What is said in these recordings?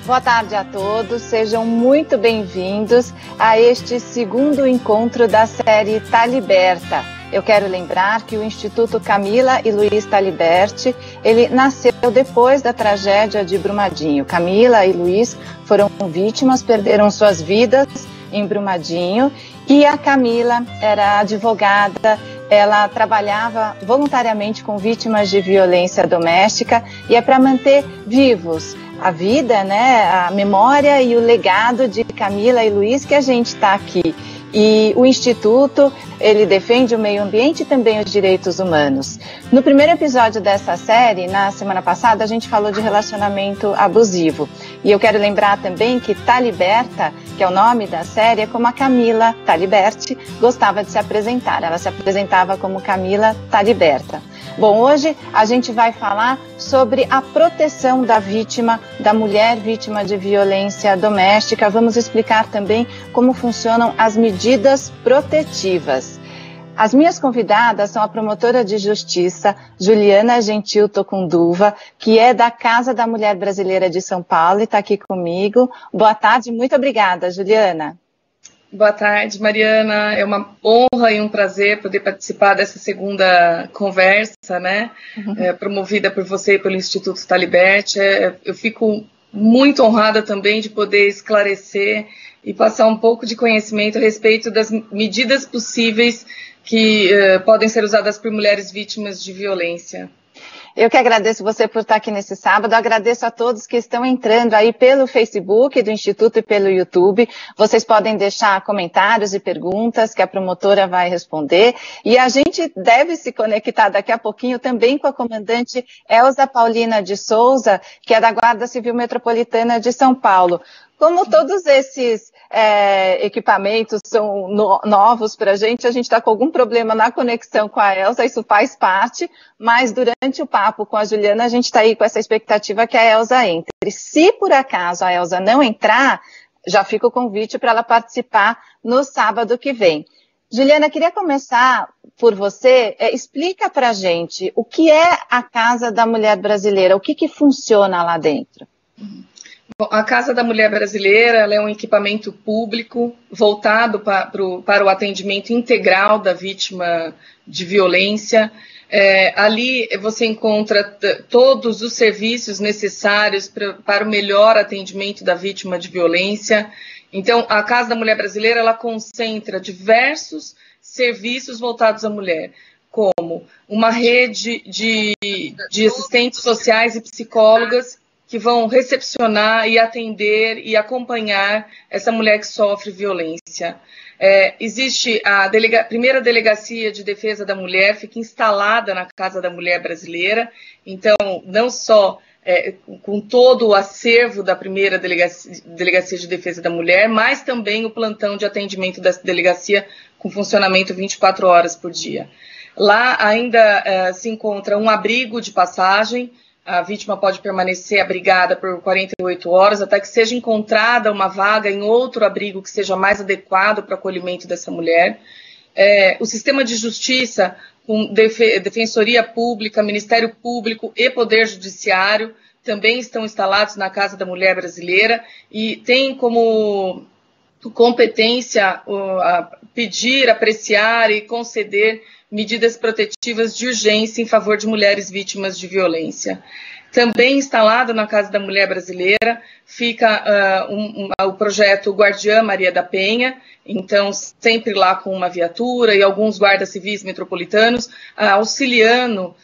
Boa tarde a todos, sejam muito bem-vindos a este segundo encontro da série Taliberta. Eu quero lembrar que o Instituto Camila e Luiz Taliberti, ele nasceu depois da tragédia de Brumadinho. Camila e Luiz foram vítimas, perderam suas vidas em Brumadinho, e a Camila era advogada, ela trabalhava voluntariamente com vítimas de violência doméstica, e é para manter vivos a vida, né, a memória e o legado de Camila e Luiz que a gente está aqui. E o Instituto, ele defende o meio ambiente e também os direitos humanos. No primeiro episódio dessa série, na semana passada, a gente falou de relacionamento abusivo. E eu quero lembrar também que Taliberta, que é o nome da série, é como a Camila Taliberti gostava de se apresentar. Ela se apresentava como Camila Taliberta. Bom, hoje a gente vai falar sobre a proteção da vítima, da mulher vítima de violência doméstica. Vamos explicar também como funcionam as medidas protetivas. As minhas convidadas são a promotora de justiça, Juliana Gentil Tocunduva, que é da Casa da Mulher Brasileira de São Paulo e está aqui comigo. Boa tarde, muito obrigada, Juliana. Boa tarde, Mariana. É uma honra e um prazer poder participar dessa segunda conversa, né? Promovida por você e pelo Instituto Taliberti. Eu fico muito honrada também de poder esclarecer e passar um pouco de conhecimento a respeito das medidas possíveis que podem ser usadas por mulheres vítimas de violência. Eu que agradeço você por estar aqui nesse sábado, agradeço a todos que estão entrando aí pelo Facebook do Instituto e pelo YouTube. Vocês podem deixar comentários e perguntas que a promotora vai responder. E a gente deve se conectar daqui a pouquinho também com a comandante Elza Paulina de Souza, que é da Guarda Civil Metropolitana de São Paulo. Como todos esses equipamentos são novos para a gente está com algum problema na conexão com a Elza, isso faz parte, mas durante o papo com a Juliana, a gente está aí com essa expectativa que a Elza entre. Se por acaso a Elza não entrar, já fica o convite para ela participar no sábado que vem. Juliana, queria começar por você, explica para a gente o que é a Casa da Mulher Brasileira, o que funciona lá dentro? Bom, a Casa da Mulher Brasileira ela é um equipamento público voltado para o atendimento integral da vítima de violência. Ali você encontra todos os serviços necessários para o melhor atendimento da vítima de violência. Então, a Casa da Mulher Brasileira ela concentra diversos serviços voltados à mulher, como uma rede de assistentes sociais e psicólogas que vão recepcionar e atender e acompanhar essa mulher que sofre violência. Existe a primeira Delegacia de Defesa da Mulher, fica instalada na Casa da Mulher Brasileira, então não só com todo o acervo da primeira Delegacia de Defesa da Mulher, mas também o plantão de atendimento da delegacia com funcionamento 24 horas por dia. Lá ainda se encontra um abrigo de passagem. A vítima pode permanecer abrigada por 48 horas até que seja encontrada uma vaga em outro abrigo que seja mais adequado para o acolhimento dessa mulher. O sistema de justiça, com Defensoria Pública, Ministério Público e Poder Judiciário, também estão instalados na Casa da Mulher Brasileira e tem como competência pedir, apreciar e conceder medidas protetivas de urgência em favor de mulheres vítimas de violência. Também instalado na Casa da Mulher Brasileira fica o projeto Guardiã Maria da Penha, então sempre lá com uma viatura e alguns guardas civis metropolitanos auxiliando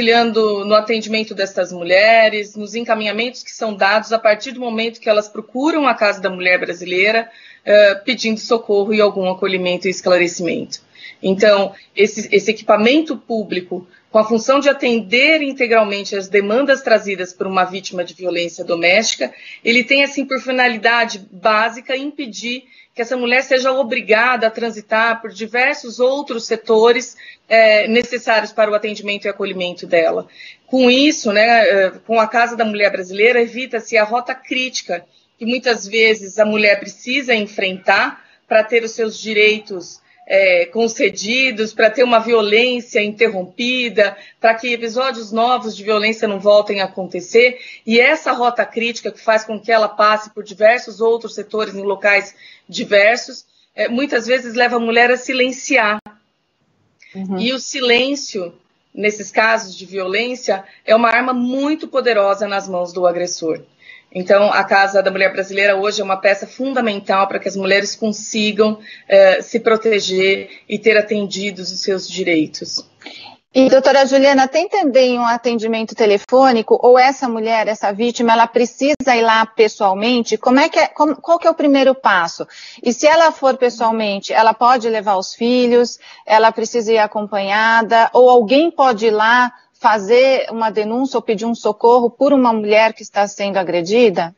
no atendimento destas mulheres, nos encaminhamentos que são dados a partir do momento que elas procuram a Casa da Mulher Brasileira pedindo socorro e algum acolhimento e esclarecimento. Então, esse equipamento público, com a função de atender integralmente as demandas trazidas por uma vítima de violência doméstica, ele tem, assim, por finalidade básica, impedir que essa mulher seja obrigada a transitar por diversos outros setores necessários para o atendimento e acolhimento dela. Com isso, né, com a Casa da Mulher Brasileira, evita-se a rota crítica que muitas vezes a mulher precisa enfrentar para ter os seus direitos concedidos, para ter uma violência interrompida, para que episódios novos de violência não voltem a acontecer. E essa rota crítica que faz com que ela passe por diversos outros setores em locais diversos, muitas vezes leva a mulher a silenciar. Uhum. E o silêncio, nesses casos de violência, é uma arma muito poderosa nas mãos do agressor. Então, a Casa da Mulher Brasileira hoje é uma peça fundamental para que as mulheres consigam se proteger e ter atendidos os seus direitos. E, doutora Juliana, tem também um atendimento telefônico, ou essa mulher, essa vítima, ela precisa ir lá pessoalmente? Qual que é o primeiro passo? E se ela for pessoalmente, ela pode levar os filhos, ela precisa ir acompanhada, ou alguém pode ir lá fazer uma denúncia ou pedir um socorro por uma mulher que está sendo agredida?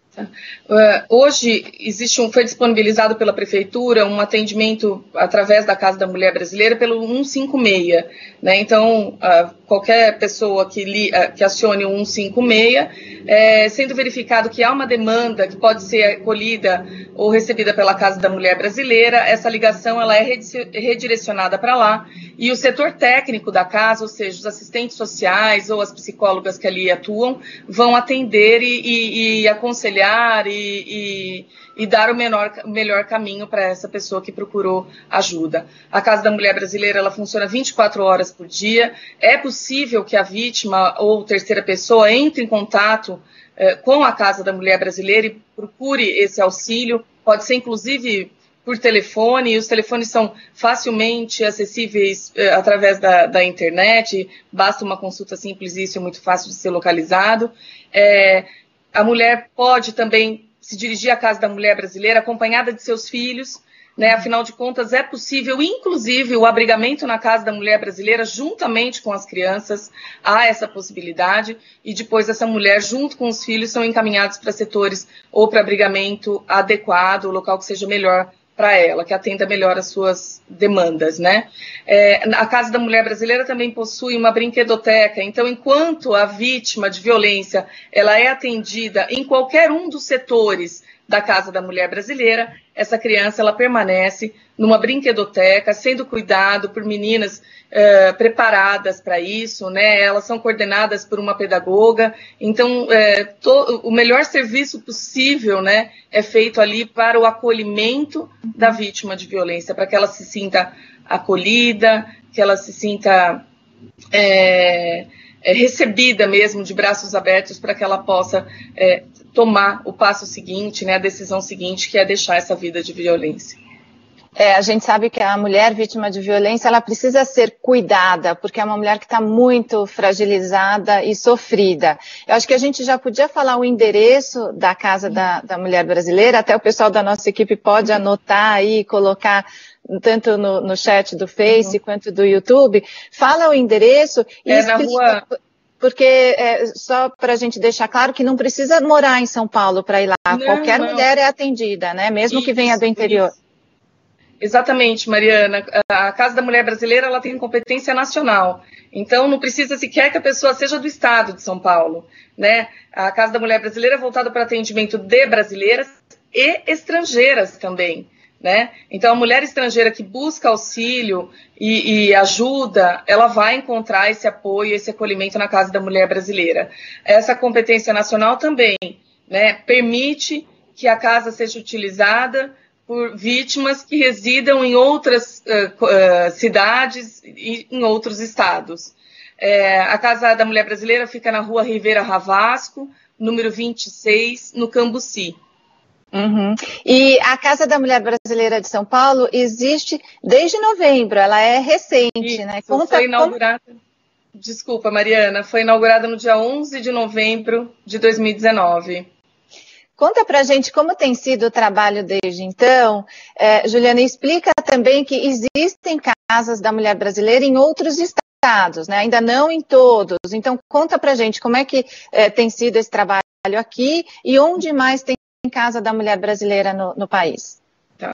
Hoje foi disponibilizado pela Prefeitura um atendimento através da Casa da Mulher Brasileira pelo 156, né? Então, qualquer pessoa que acione o 156, sendo verificado que há uma demanda que pode ser acolhida ou recebida pela Casa da Mulher Brasileira, essa ligação ela é redirecionada para lá, e o setor técnico da casa, ou seja, os assistentes sociais ou as psicólogas que ali atuam, vão atender e aconselhar e dar o melhor caminho para essa pessoa que procurou ajuda. A Casa da Mulher Brasileira ela funciona 24 horas por dia. É possível que a vítima ou terceira pessoa entre em contato com a Casa da Mulher Brasileira e procure esse auxílio. Pode ser, inclusive, por telefone, e os telefones são facilmente acessíveis através da internet, basta uma consulta simples e isso é muito fácil de ser localizado. A mulher pode também se dirigir à Casa da Mulher Brasileira acompanhada de seus filhos, né? Afinal de contas, é possível, inclusive, o abrigamento na Casa da Mulher Brasileira juntamente com as crianças, há essa possibilidade, e depois essa mulher, junto com os filhos, são encaminhados para setores ou para abrigamento adequado, o local que seja melhor para ela, que atenda melhor as suas demandas, né? A Casa da Mulher Brasileira também possui uma brinquedoteca, então enquanto a vítima de violência ela é atendida em qualquer um dos setores da Casa da Mulher Brasileira, essa criança ela permanece numa brinquedoteca, sendo cuidado por meninas preparadas para isso, né? Elas são coordenadas por uma pedagoga, então o melhor serviço possível, né, é feito ali para o acolhimento da vítima de violência, para que ela se sinta acolhida, que ela se sinta recebida mesmo de braços abertos, para que ela possa tomar o passo seguinte, né, a decisão seguinte, que é deixar essa vida de violência. A gente sabe que a mulher vítima de violência, ela precisa ser cuidada, porque é uma mulher que está muito fragilizada e sofrida. Eu acho que a gente já podia falar o endereço da Casa da Mulher Brasileira, até o pessoal da nossa equipe pode anotar aí e colocar tanto no chat do Face quanto do YouTube. Fala o endereço e explica, na rua... Porque, só para a gente deixar claro que não precisa morar em São Paulo para ir lá. Qualquer mulher é atendida, né? Mesmo que venha do interior. Isso. Exatamente, Mariana. A Casa da Mulher Brasileira ela tem competência nacional, então não precisa sequer que a pessoa seja do estado de São Paulo, né? A Casa da Mulher Brasileira é voltada para atendimento de brasileiras e estrangeiras também, né? Então a mulher estrangeira que busca auxílio e ajuda, ela vai encontrar esse apoio, esse acolhimento na Casa da Mulher Brasileira. Essa competência nacional também, né, permite que a casa seja utilizada por vítimas que residam em outras cidades e em outros estados. A Casa da Mulher Brasileira fica na Rua Rivera Ravasco, número 26, no Cambuci. Uhum. E a Casa da Mulher Brasileira de São Paulo existe desde novembro, ela é recente, né? Foi inaugurada... Desculpa, Mariana, foi inaugurada no dia 11 de novembro de 2019. Conta pra gente como tem sido o trabalho desde então. Juliana, explica também que existem casas da mulher brasileira em outros estados, né? Ainda não em todos. Então, conta pra gente como é que tem sido esse trabalho aqui e onde mais tem Casa da Mulher Brasileira no país. Tá.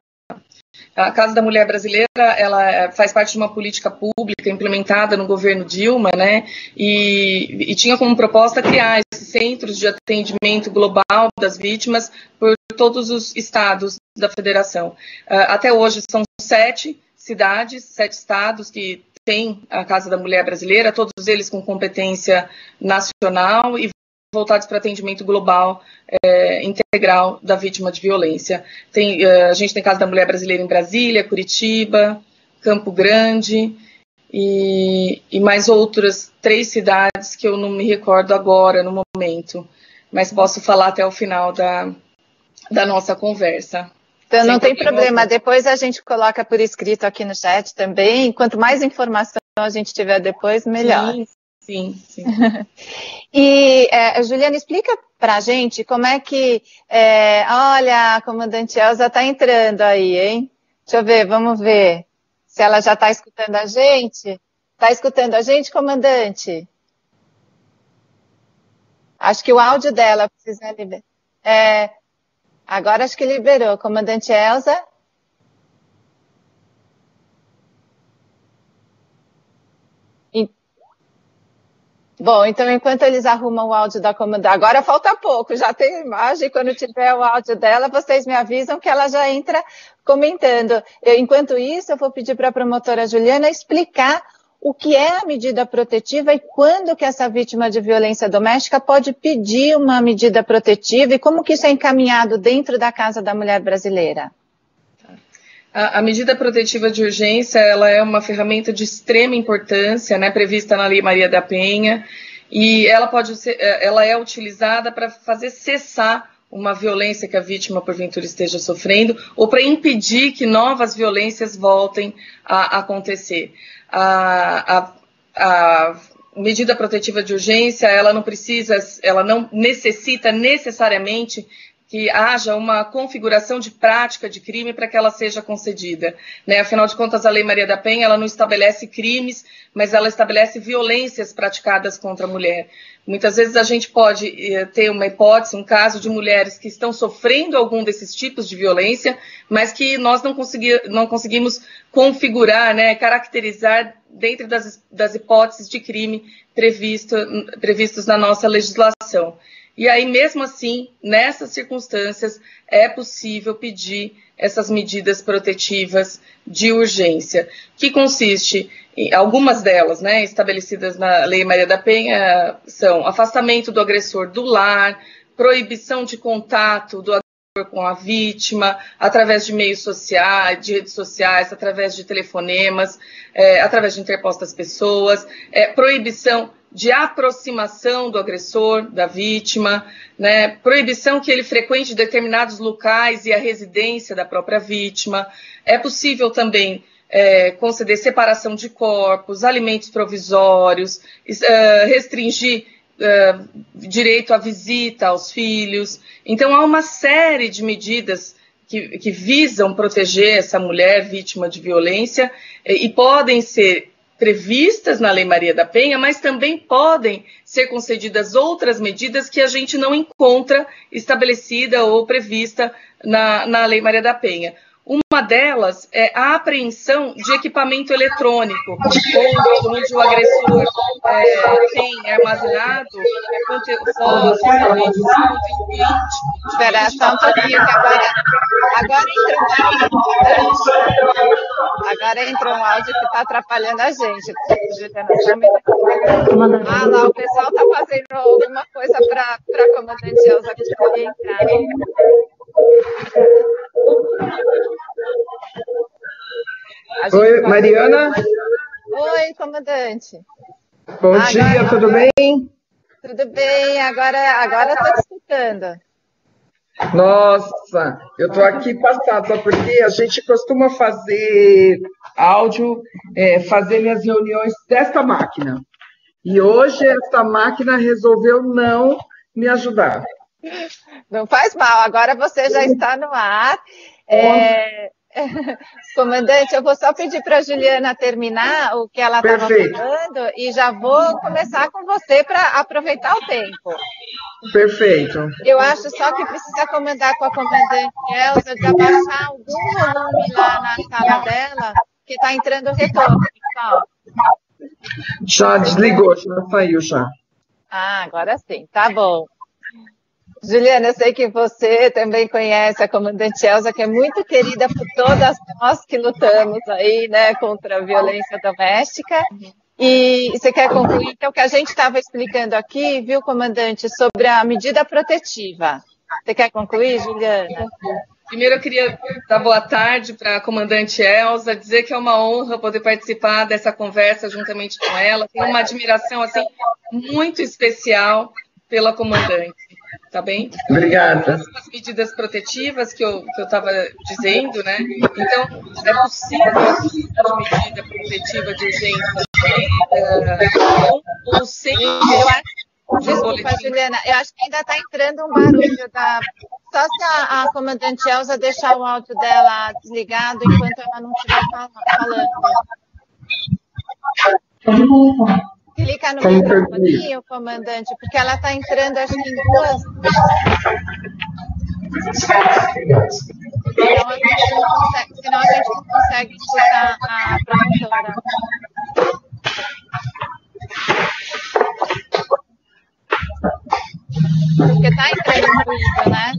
A Casa da Mulher Brasileira, ela faz parte de uma política pública implementada no governo Dilma, né, e tinha como proposta criar esses centros de atendimento global das vítimas por todos os estados da federação. Até hoje são 7 cidades, 7 estados que têm a Casa da Mulher Brasileira, todos eles com competência nacional e voltados para atendimento global integral da vítima de violência. A gente tem Casa da Mulher Brasileira em Brasília, Curitiba, Campo Grande e mais outras 3 cidades que eu não me recordo agora, no momento, mas posso falar até o final da nossa conversa. Então não tem problema, depois a gente coloca por escrito aqui no chat também, quanto mais informação a gente tiver depois, melhor. Sim. E, Juliana, explica pra gente como é que... olha, a comandante Elza está entrando aí, hein? Deixa eu ver, vamos ver se ela já está escutando a gente. Está escutando a gente, comandante? Acho que o áudio dela precisa liberar. Agora acho que liberou. Comandante Elza? Bom, então enquanto eles arrumam o áudio da comandante, agora falta pouco, já tem imagem, quando tiver o áudio dela, vocês me avisam que ela já entra comentando. Enquanto isso, eu vou pedir para a promotora Juliana explicar o que é a medida protetiva e quando que essa vítima de violência doméstica pode pedir uma medida protetiva e como que isso é encaminhado dentro da Casa da Mulher Brasileira. A medida protetiva de urgência, ela é uma ferramenta de extrema importância, né, prevista na Lei Maria da Penha, e ela é utilizada para fazer cessar uma violência que a vítima, porventura, esteja sofrendo, ou para impedir que novas violências voltem a acontecer. A medida protetiva de urgência, ela não necessita necessariamente que haja uma configuração de prática de crime para que ela seja concedida, né? Afinal de contas, a Lei Maria da Penha, ela não estabelece crimes, mas ela estabelece violências praticadas contra a mulher. Muitas vezes a gente pode ter uma hipótese, um caso de mulheres que estão sofrendo algum desses tipos de violência, mas que nós não conseguimos configurar, né, caracterizar dentro das hipóteses de crime previstos na nossa legislação. E aí, mesmo assim, nessas circunstâncias, é possível pedir essas medidas protetivas de urgência, que consiste em algumas delas, né, estabelecidas na Lei Maria da Penha, são afastamento do agressor do lar, proibição de contato do agressor com a vítima, através de meios sociais, de redes sociais, através de telefonemas, através de interpostas pessoas, proibição de aproximação do agressor, da vítima, né, proibição que ele frequente determinados locais e a residência da própria vítima. É possível também conceder separação de corpos, alimentos provisórios, restringir direito à visita aos filhos. Então, há uma série de medidas que visam proteger essa mulher vítima de violência e podem ser previstas na Lei Maria da Penha, mas também podem ser concedidas outras medidas que a gente não encontra estabelecida ou prevista na Lei Maria da Penha. Uma delas é a apreensão de equipamento eletrônico, onde o agressor tem armazenado fotos, vídeos, conteúdo. Espera só um pouquinho, que agora entrou um áudio que está atrapalhando a gente. Ah, lá, o pessoal está fazendo alguma coisa para a comandante Elza conseguir entrar. Oi, Mariana. Oi, comandante. Bom dia, tudo bem? Tudo bem, agora estou te escutando. Nossa, eu estou aqui passada, porque a gente costuma fazer áudio, fazer minhas reuniões desta máquina. E hoje esta máquina resolveu não me ajudar. Não faz mal, agora você já está no ar. Comandante, eu vou só pedir para a Juliana terminar o que ela estava falando e já vou começar com você para aproveitar o tempo. Perfeito. Eu acho só que precisa comandar com a comandante Elza de abaixar algum volume lá na sala dela, que está entrando retorno, pessoal. Já desligou, já saiu já. Ah, agora sim, tá bom. Juliana, eu sei que você também conhece a comandante Elza, que é muito querida por todas nós que lutamos aí, né, contra a violência doméstica. E você quer concluir então, o que a gente estava explicando aqui, viu, comandante, sobre a medida protetiva. Você quer concluir, Juliana? Primeiro, eu queria dar boa tarde para a comandante Elza, dizer que é uma honra poder participar dessa conversa juntamente com ela. Tenho uma admiração assim, muito especial pela comandante, tá bem? Obrigada. As medidas protetivas que eu estava dizendo, né? Então, é possível a medida protetiva de urgência ou sem... Desculpa, Juliana, eu acho que ainda está entrando um barulho da... Só se a comandante Elza deixar o áudio dela desligado enquanto ela não estiver falando. Clica no microfone, comandante, porque ela está entrando, acho que em duas... Senão a gente não consegue escutar a professora. Porque está entrando ruído, né?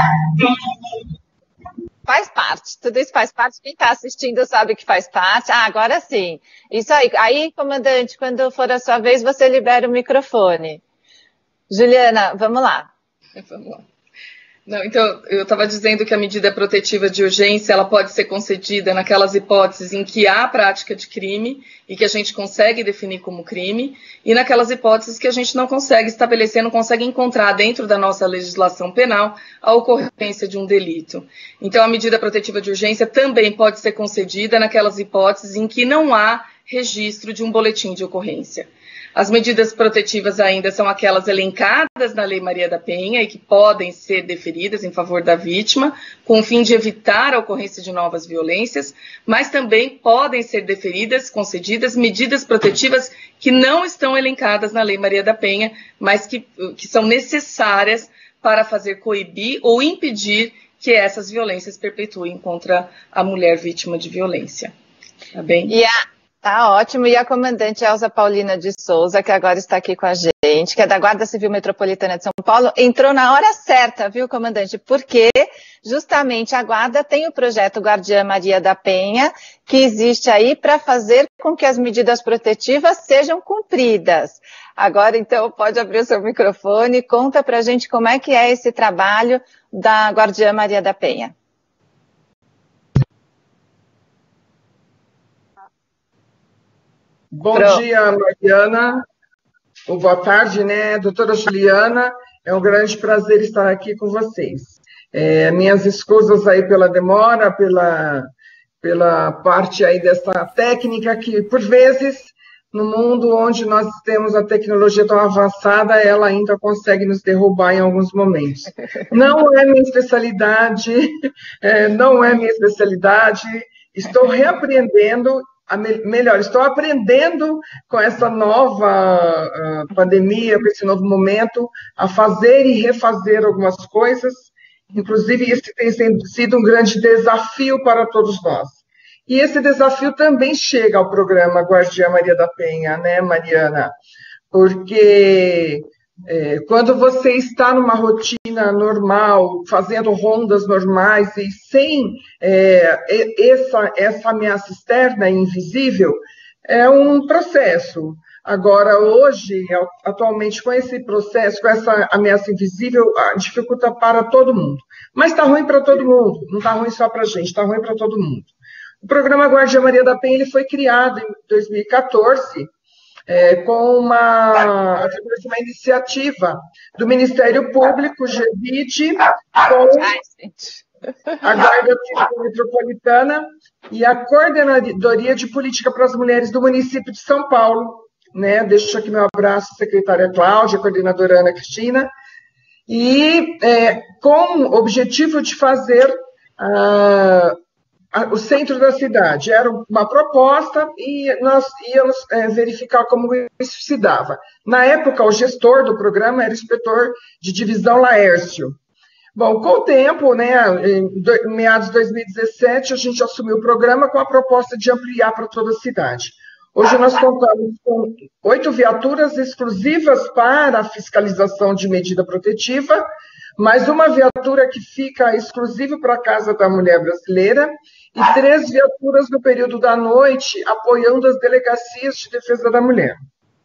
Faz parte, tudo isso faz parte. Quem está assistindo sabe que faz parte. Ah, agora sim. Isso aí. Aí, comandante, quando for a sua vez, você libera o microfone. Juliana, vamos lá. Vamos lá. Não, então, eu estava dizendo que a medida protetiva de urgência ela pode ser concedida naquelas hipóteses em que há prática de crime e que a gente consegue definir como crime, e naquelas hipóteses que a gente não consegue estabelecer, não consegue encontrar dentro da nossa legislação penal a ocorrência de um delito. Então, a medida protetiva de urgência também pode ser concedida naquelas hipóteses em que não há registro de um boletim de ocorrência. As medidas protetivas ainda são aquelas elencadas na Lei Maria da Penha e que podem ser deferidas em favor da vítima, com o fim de evitar a ocorrência de novas violências, mas também podem ser deferidas, concedidas, medidas protetivas que não estão elencadas na Lei Maria da Penha, mas que são necessárias para fazer coibir ou impedir que essas violências perpetuem contra a mulher vítima de violência. Tá bem? Tá ótimo. E a comandante Elza Paulina de Souza, que agora está aqui com a gente, que é da Guarda Civil Metropolitana de São Paulo, entrou na hora certa, viu, comandante? Porque justamente a Guarda tem o projeto Guardiã Maria da Penha, que existe aí para fazer com que as medidas protetivas sejam cumpridas. Agora, então, pode abrir o seu microfone e conta para a gente como é que é esse trabalho da Guardiã Maria da Penha. Bom dia, Mariana. Ou boa tarde, né, doutora Juliana? É um grande prazer estar aqui com vocês. Minhas escusas aí pela demora, pela parte aí dessa técnica que, por vezes, no mundo onde nós temos a tecnologia tão avançada, ela ainda consegue nos derrubar em alguns momentos. Não é minha especialidade, estou reaprendendo. Estou aprendendo com essa nova pandemia, com esse novo momento, a fazer e refazer algumas coisas. Inclusive, esse tem sido um grande desafio para todos nós. E esse desafio também chega ao programa Guardiã Maria da Penha, né, Mariana? Porque quando você está numa rotina normal, fazendo rondas normais e sem essa ameaça externa e invisível, é um processo. Agora, hoje, atualmente, com esse processo, com essa ameaça invisível, dificulta para todo mundo. Mas está ruim para todo mundo, não está ruim só para a gente, está ruim para todo mundo. O programa Guardiã Maria da Penha ele foi criado em 2014, com uma iniciativa do Ministério Público, GEVID, com a Guarda Civil Metropolitana e a Coordenadoria de Política para as Mulheres do município de São Paulo, né? Deixo aqui meu abraço à secretária Cláudia, coordenadora Ana Cristina, e com o objetivo de fazer o centro da cidade. Era uma proposta e nós íamos verificar como isso se dava. Na época, o gestor do programa era o inspetor de divisão Laércio. Bom, com o tempo, né, em meados de 2017, a gente assumiu o programa com a proposta de ampliar para toda a cidade. Hoje nós contamos com 8 viaturas exclusivas para a fiscalização de medida protetiva, mais uma viatura que fica exclusiva para a Casa da Mulher Brasileira e 3 viaturas no período da noite apoiando as delegacias de defesa da mulher.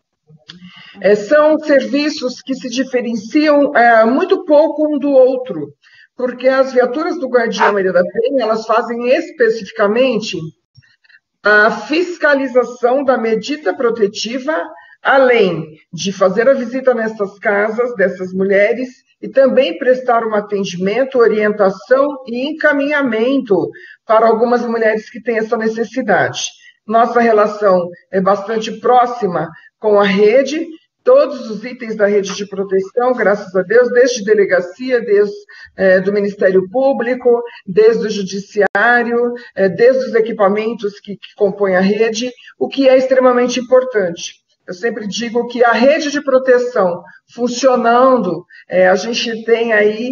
São serviços que se diferenciam muito pouco um do outro, porque as viaturas do Guardiã Maria da Penha, elas fazem especificamente a fiscalização da medida protetiva, além de fazer a visita nessas casas dessas mulheres e também prestar um atendimento, orientação e encaminhamento para algumas mulheres que têm essa necessidade. Nossa relação é bastante próxima com a rede, todos os itens da rede de proteção, graças a Deus, desde delegacia, desde do Ministério Público, desde o Judiciário, desde os equipamentos que compõem a rede, o que é extremamente importante. Eu sempre digo que a rede de proteção funcionando, a gente tem aí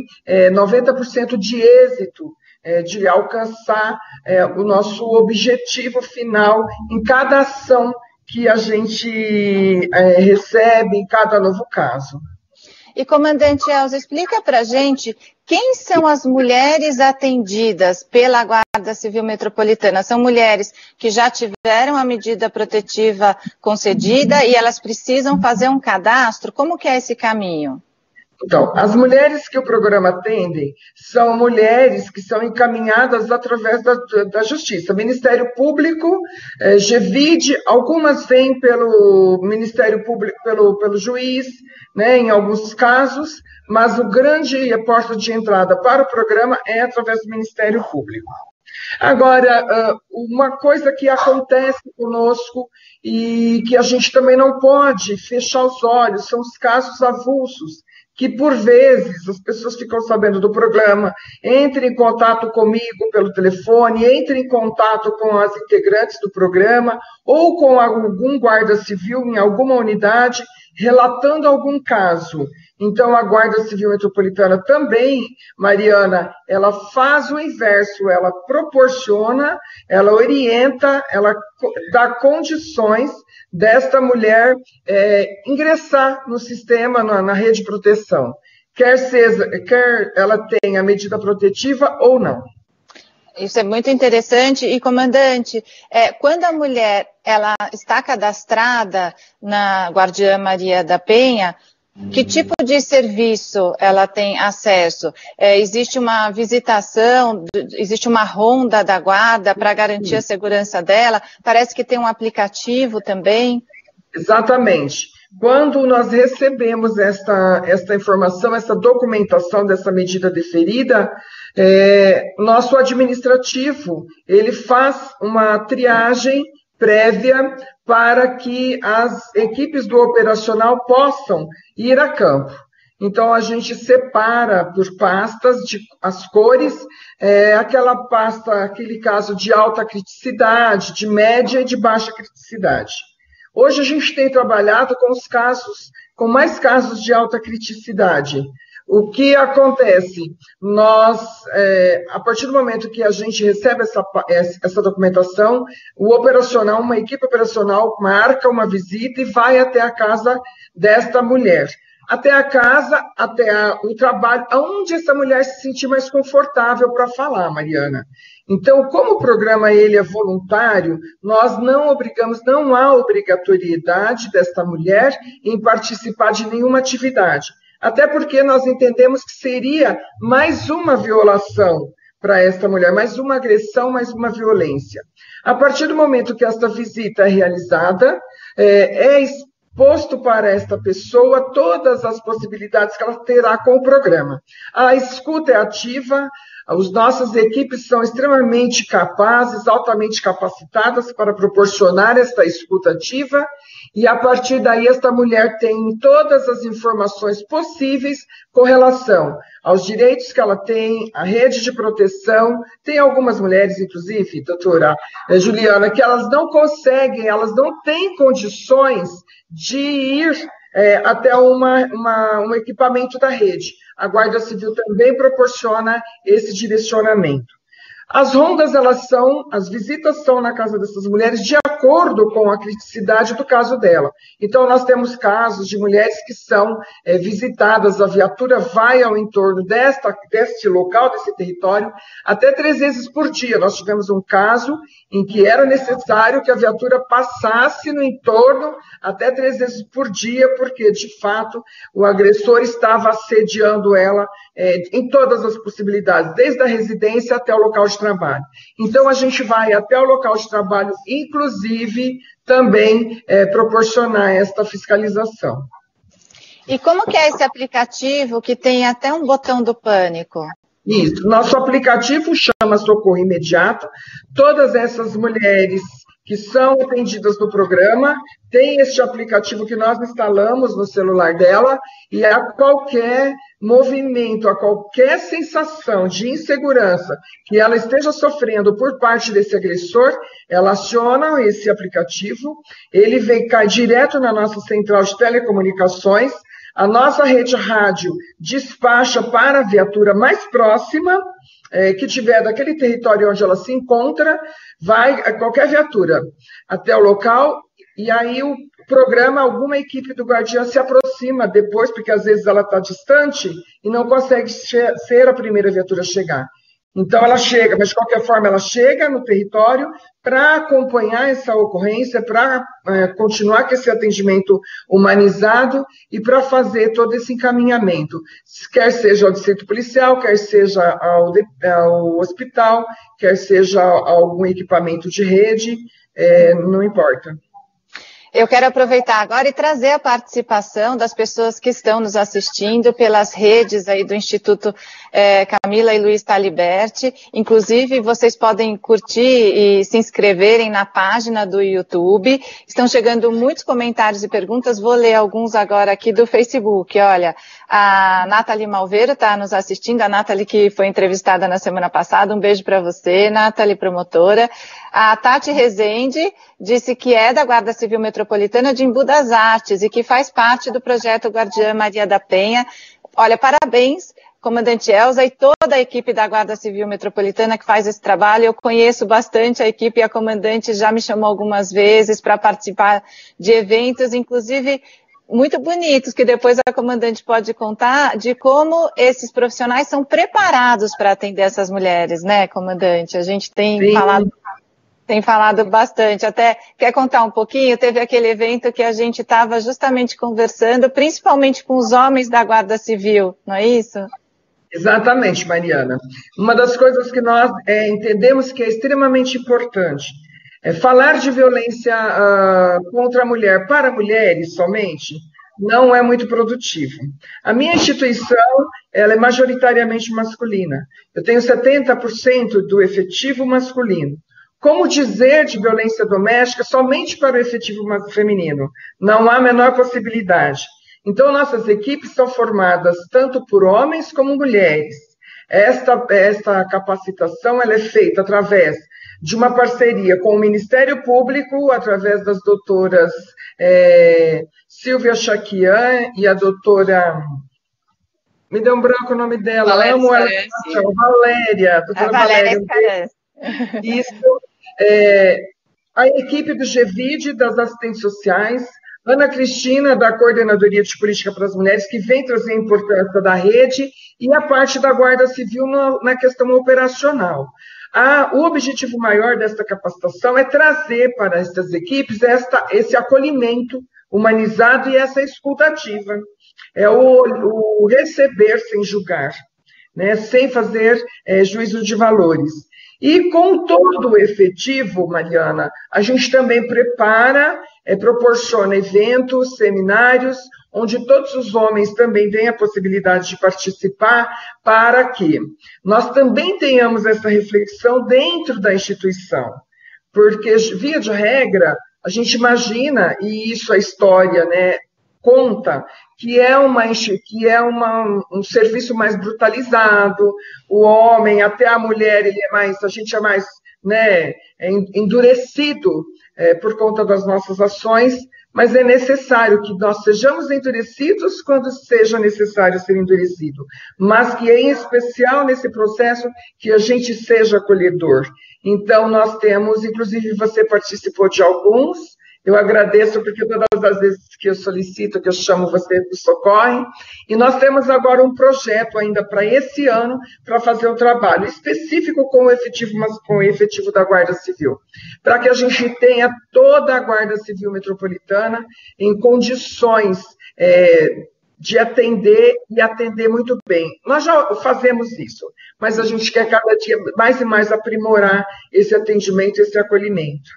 90% de êxito, de alcançar o nosso objetivo final em cada ação que a gente recebe em cada novo caso. E, comandante Elza, explica para a gente quem são as mulheres atendidas pela Guarda Civil Metropolitana. São mulheres que já tiveram a medida protetiva concedida e elas precisam fazer um cadastro. Como que é esse caminho? Então, as mulheres que o programa atende são mulheres que são encaminhadas através da Justiça, Ministério Público, GVID, algumas vêm pelo Ministério Público, pelo juiz, né, em alguns casos, mas o grande porta de entrada para o programa é através do Ministério Público. Agora, uma coisa que acontece conosco e que a gente também não pode fechar os olhos são os casos avulsos, que por vezes as pessoas ficam sabendo do programa, entrem em contato comigo pelo telefone, entrem em contato com as integrantes do programa ou com algum guarda civil em alguma unidade, relatando algum caso. Então, a Guarda Civil Metropolitana também, Mariana, ela faz o inverso, ela proporciona, ela orienta, ela dá condições desta mulher ingressar no sistema, na rede de proteção, quer ela tenha medida protetiva ou não. Isso é muito interessante. E, comandante, quando a mulher ela está cadastrada na Guardiã Maria da Penha, que tipo de serviço ela tem acesso? Existe uma visitação, existe uma ronda da guarda para garantir a segurança dela? Parece que tem um aplicativo também. Exatamente. Quando nós recebemos esta informação, essa documentação dessa medida deferida, nosso administrativo, ele faz uma triagem prévia para que as equipes do operacional possam ir a campo. Então, a gente separa por pastas, as cores, aquela pasta, aquele caso de alta criticidade, de média e de baixa criticidade. Hoje a gente tem trabalhado com mais casos de alta criticidade. O que acontece? Nós, a partir do momento que a gente recebe essa documentação, uma equipe operacional marca uma visita e vai até a casa desta mulher. Até a casa, até o trabalho, aonde essa mulher se sentir mais confortável para falar, Mariana. Então, como o programa ele é voluntário, nós não há obrigatoriedade desta mulher em participar de nenhuma atividade. Até porque nós entendemos que seria mais uma violação para esta mulher, mais uma agressão, mais uma violência. A partir do momento que esta visita é realizada, é exposto para esta pessoa todas as possibilidades que ela terá com o programa. A escuta é ativa, as nossas equipes são extremamente capazes, altamente capacitadas para proporcionar esta escuta ativa, e a partir daí esta mulher tem todas as informações possíveis com relação aos direitos que ela tem, a rede de proteção. Tem algumas mulheres, inclusive, doutora Juliana, que elas não conseguem, elas não têm condições de ir até um equipamento da rede. A Guarda Civil também proporciona esse direcionamento. As rondas, as visitas são na casa dessas mulheres de acordo acordo com a criticidade do caso dela. Então, nós temos casos de mulheres que são visitadas, a viatura vai ao entorno deste local, desse território, até 3 vezes por dia. Nós tivemos um caso em que era necessário que a viatura passasse no entorno até 3 vezes por dia, porque, de fato, o agressor estava assediando ela em todas as possibilidades, desde a residência até o local de trabalho. Então, a gente vai até o local de trabalho, inclusive, também proporcionar esta fiscalização. E como que é esse aplicativo que tem até um botão do pânico? Isso, nosso aplicativo chama Socorro Imediato. Todas essas mulheres que são atendidas no programa têm este aplicativo que nós instalamos no celular dela, e a qualquer movimento, a qualquer sensação de insegurança que ela esteja sofrendo por parte desse agressor, ela aciona esse aplicativo, ele cai direto na nossa central de telecomunicações, a nossa rede rádio despacha para a viatura mais próxima, que tiver daquele território onde ela se encontra, vai qualquer viatura até o local, e aí o programa, alguma equipe do Guardiã se aproxima depois, porque às vezes ela está distante e não consegue ser a primeira viatura a chegar. Então, ela chega, mas de qualquer forma, ela chega no território para acompanhar essa ocorrência, para continuar com esse atendimento humanizado e para fazer todo esse encaminhamento, quer seja ao distrito policial, quer seja ao hospital, quer seja algum equipamento de rede, não importa. Eu quero aproveitar agora e trazer a participação das pessoas que estão nos assistindo pelas redes aí do Instituto Camila e Luiz Taliberti. Inclusive, vocês podem curtir e se inscreverem na página do YouTube. Estão chegando muitos comentários e perguntas. Vou ler alguns agora aqui do Facebook. Olha, a Nathalie Malveiro está nos assistindo. A Nathalie que foi entrevistada na semana passada. Um beijo para você, Nathalie, promotora. A Tati Rezende disse que é da Guarda Civil Metropolitana de Embu das Artes e que faz parte do projeto Guardiã Maria da Penha. Olha, parabéns, comandante Elza e toda a equipe da Guarda Civil Metropolitana que faz esse trabalho. Eu conheço bastante a equipe e a comandante já me chamou algumas vezes para participar de eventos, inclusive muito bonitos, que depois a comandante pode contar de como esses profissionais são preparados para atender essas mulheres, né, comandante? A gente tem falado bastante. Até quer contar um pouquinho? Teve aquele evento que a gente estava justamente conversando, principalmente com os homens da Guarda Civil, não é isso? Exatamente, Mariana. Uma das coisas que nós entendemos que é extremamente importante é falar de violência contra a mulher para mulheres somente não é muito produtivo. A minha instituição ela é majoritariamente masculina. Eu tenho 70% do efetivo masculino. Como dizer de violência doméstica somente para o efetivo feminino? Não há a menor possibilidade. Então, nossas equipes são formadas tanto por homens como mulheres. Esta capacitação ela é feita através de uma parceria com o Ministério Público, através das doutoras Silvia Chaquian e a doutora... Me deu um branco o nome dela. Amo ela. Valéria. Doutora Valéria. Isso. A equipe do GVID, das assistentes sociais, Ana Cristina, da Coordenadoria de Política para as Mulheres, que vem trazer a importância da rede, e a parte da Guarda Civil na questão operacional. O objetivo maior desta capacitação é trazer para essas equipes esse acolhimento humanizado e essa escuta ativa. É o receber sem julgar, né, sem fazer juízo de valores. E com todo o efetivo, Mariana, a gente também prepara, proporciona eventos, seminários, onde todos os homens também têm a possibilidade de participar, para que nós também tenhamos essa reflexão dentro da instituição. Porque, via de regra, a gente imagina, e isso a história, né, conta, que é um serviço mais brutalizado, o homem, até a mulher, a gente é mais, né, endurecido por conta das nossas ações, mas é necessário que nós sejamos endurecidos quando seja necessário ser endurecido, mas que, em especial nesse processo, que a gente seja acolhedor. Então, nós temos, inclusive, você participou de alguns, eu agradeço, porque todas as vezes que eu solicito, que eu chamo, você socorre. E nós temos agora um projeto ainda para esse ano, para fazer um trabalho específico com o efetivo da Guarda Civil, para que a gente tenha toda a Guarda Civil Metropolitana em condições de atender e atender muito bem. Nós já fazemos isso, mas a gente quer cada dia mais e mais aprimorar esse atendimento, esse acolhimento.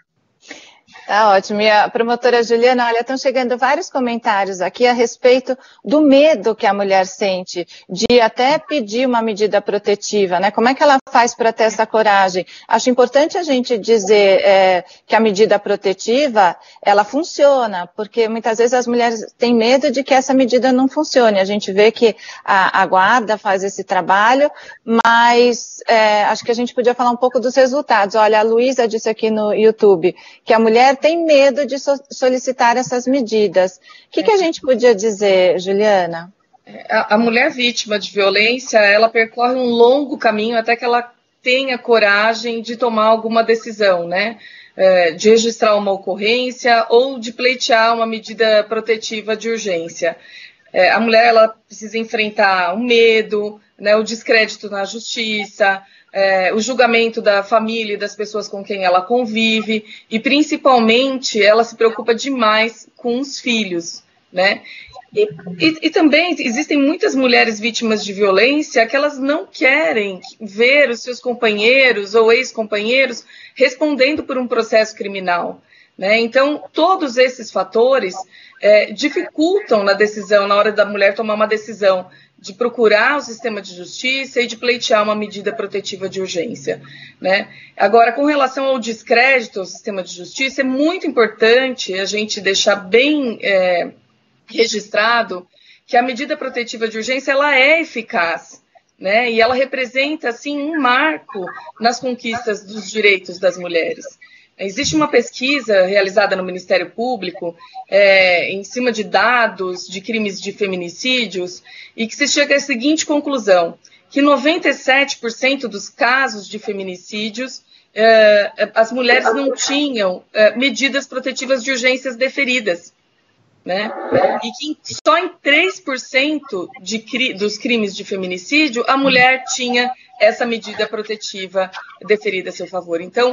Tá ótimo. E a promotora Juliana, olha, estão chegando vários comentários aqui a respeito do medo que a mulher sente de até pedir uma medida protetiva, né? Como é que ela faz para ter essa coragem? Acho importante a gente dizer que a medida protetiva, ela funciona, porque muitas vezes as mulheres têm medo de que essa medida não funcione. A gente vê que a guarda faz esse trabalho, mas acho que a gente podia falar um pouco dos resultados. Olha, a Luísa disse aqui no YouTube que a mulher tem medo de solicitar essas medidas. O que a gente podia dizer, Juliana? A mulher vítima de violência, ela percorre um longo caminho até que ela tenha coragem de tomar alguma decisão, né? De registrar uma ocorrência ou de pleitear uma medida protetiva de urgência. A mulher, ela precisa enfrentar o medo, né, o descrédito na justiça, o julgamento da família e das pessoas com quem ela convive, e principalmente ela se preocupa demais com os filhos, né? E também existem muitas mulheres vítimas de violência que elas não querem ver os seus companheiros ou ex-companheiros respondendo por um processo criminal, né? Então, todos esses fatores dificultam na decisão, na hora da mulher tomar uma decisão de procurar o sistema de justiça e de pleitear uma medida protetiva de urgência, né? Agora, com relação ao descrédito ao sistema de justiça, é muito importante a gente deixar bem registrado que a medida protetiva de urgência ela é eficaz, né? E ela representa, assim, um marco nas conquistas dos direitos das mulheres. Existe uma pesquisa realizada no Ministério Público em cima de dados de crimes de feminicídios e que se chega à seguinte conclusão, que 97% dos casos de feminicídios as mulheres não tinham medidas protetivas de urgências deferidas, né? E que só em 3% dos crimes de feminicídio a mulher tinha essa medida protetiva deferida a seu favor. Então,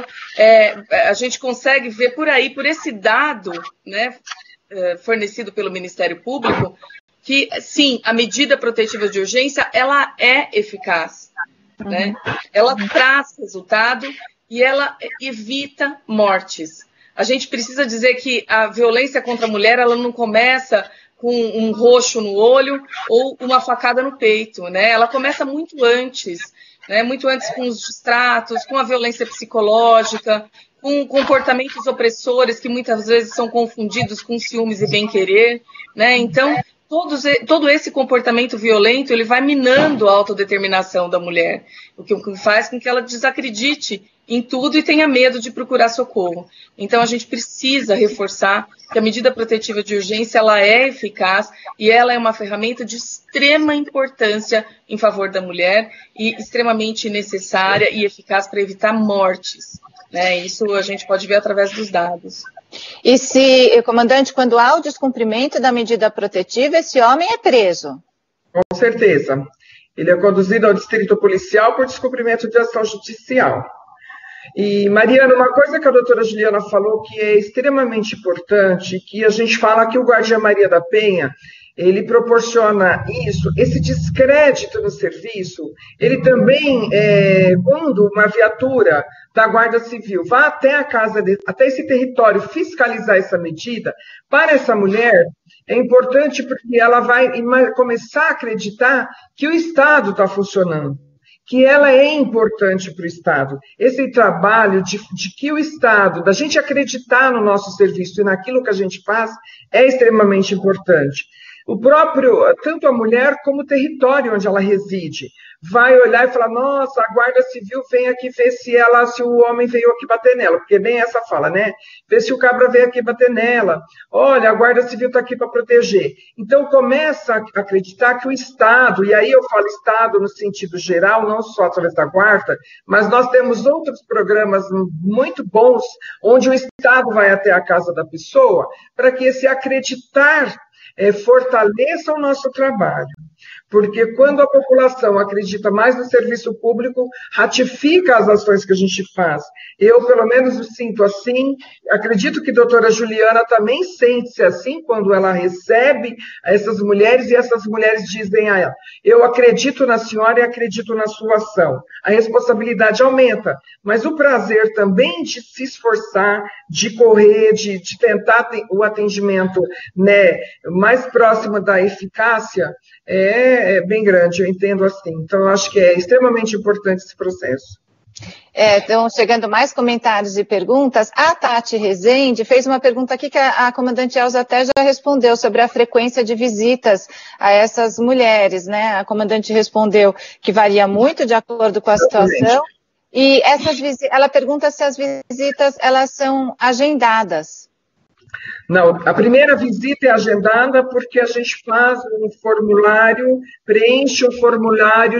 a gente consegue ver por aí, por esse dado, né, fornecido pelo Ministério Público, que, sim, a medida protetiva de urgência, ela é eficaz, né? Ela traz resultado e ela evita mortes. A gente precisa dizer que a violência contra a mulher, ela não começa com um roxo no olho ou uma facada no peito, né? Ela começa muito antes, né? Muito antes com os distratos, com a violência psicológica, com comportamentos opressores que muitas vezes são confundidos com ciúmes e bem-querer, né? Então, todo esse comportamento violento, ele vai minando a autodeterminação da mulher, o que faz com que ela desacredite em tudo e tenha medo de procurar socorro. Então, a gente precisa reforçar que a medida protetiva de urgência, ela é eficaz e ela é uma ferramenta de extrema importância em favor da mulher e extremamente necessária e eficaz para evitar mortes, né? Isso a gente pode ver através dos dados. E se, comandante, quando há o descumprimento da medida protetiva, esse homem é preso? Com certeza. Ele é conduzido ao distrito policial por descumprimento de ação judicial. E, Mariana, uma coisa que a doutora Juliana falou que é extremamente importante, que a gente fala que o Guardia Maria da Penha, ele proporciona isso, esse descrédito no serviço, ele também, quando uma viatura da Guarda Civil vai até a casa, até esse território fiscalizar essa medida, para essa mulher é importante porque ela vai começar a acreditar que o Estado está funcionando, que ela é importante para o Estado. Esse trabalho de que o Estado, da gente acreditar no nosso serviço e naquilo que a gente faz, é extremamente importante. tanto a mulher como o território onde ela reside. Vai olhar e falar, nossa, a Guarda Civil vem aqui ver se o homem veio aqui bater nela, porque nem essa fala, né? Ver se o cabra veio aqui bater nela. Olha, a Guarda Civil está aqui para proteger. Então, começa a acreditar que o Estado, e aí eu falo Estado no sentido geral, não só através da Guarda, mas nós temos outros programas muito bons, onde o Estado vai até a casa da pessoa, para que esse acreditar fortaleça o nosso trabalho. Porque quando a população acredita mais no serviço público, ratifica as ações que a gente faz. Eu, pelo menos, o sinto assim. Acredito que a doutora Juliana também sente-se assim quando ela recebe essas mulheres e essas mulheres dizem a ela, eu acredito na senhora e acredito na sua ação. A responsabilidade aumenta, mas o prazer também de se esforçar, de correr, de tentar o atendimento, né, mais próximo da eficácia, é bem grande, eu entendo assim. Então, eu acho que é extremamente importante esse processo. Estão chegando mais comentários e perguntas. A Tati Rezende fez uma pergunta aqui que a comandante Elza até já respondeu sobre a frequência de visitas a essas mulheres, né? A comandante respondeu que varia muito de acordo com a situação. E ela pergunta se as visitas elas são agendadas. Não, a primeira visita é agendada porque a gente faz um formulário, preenche o formulário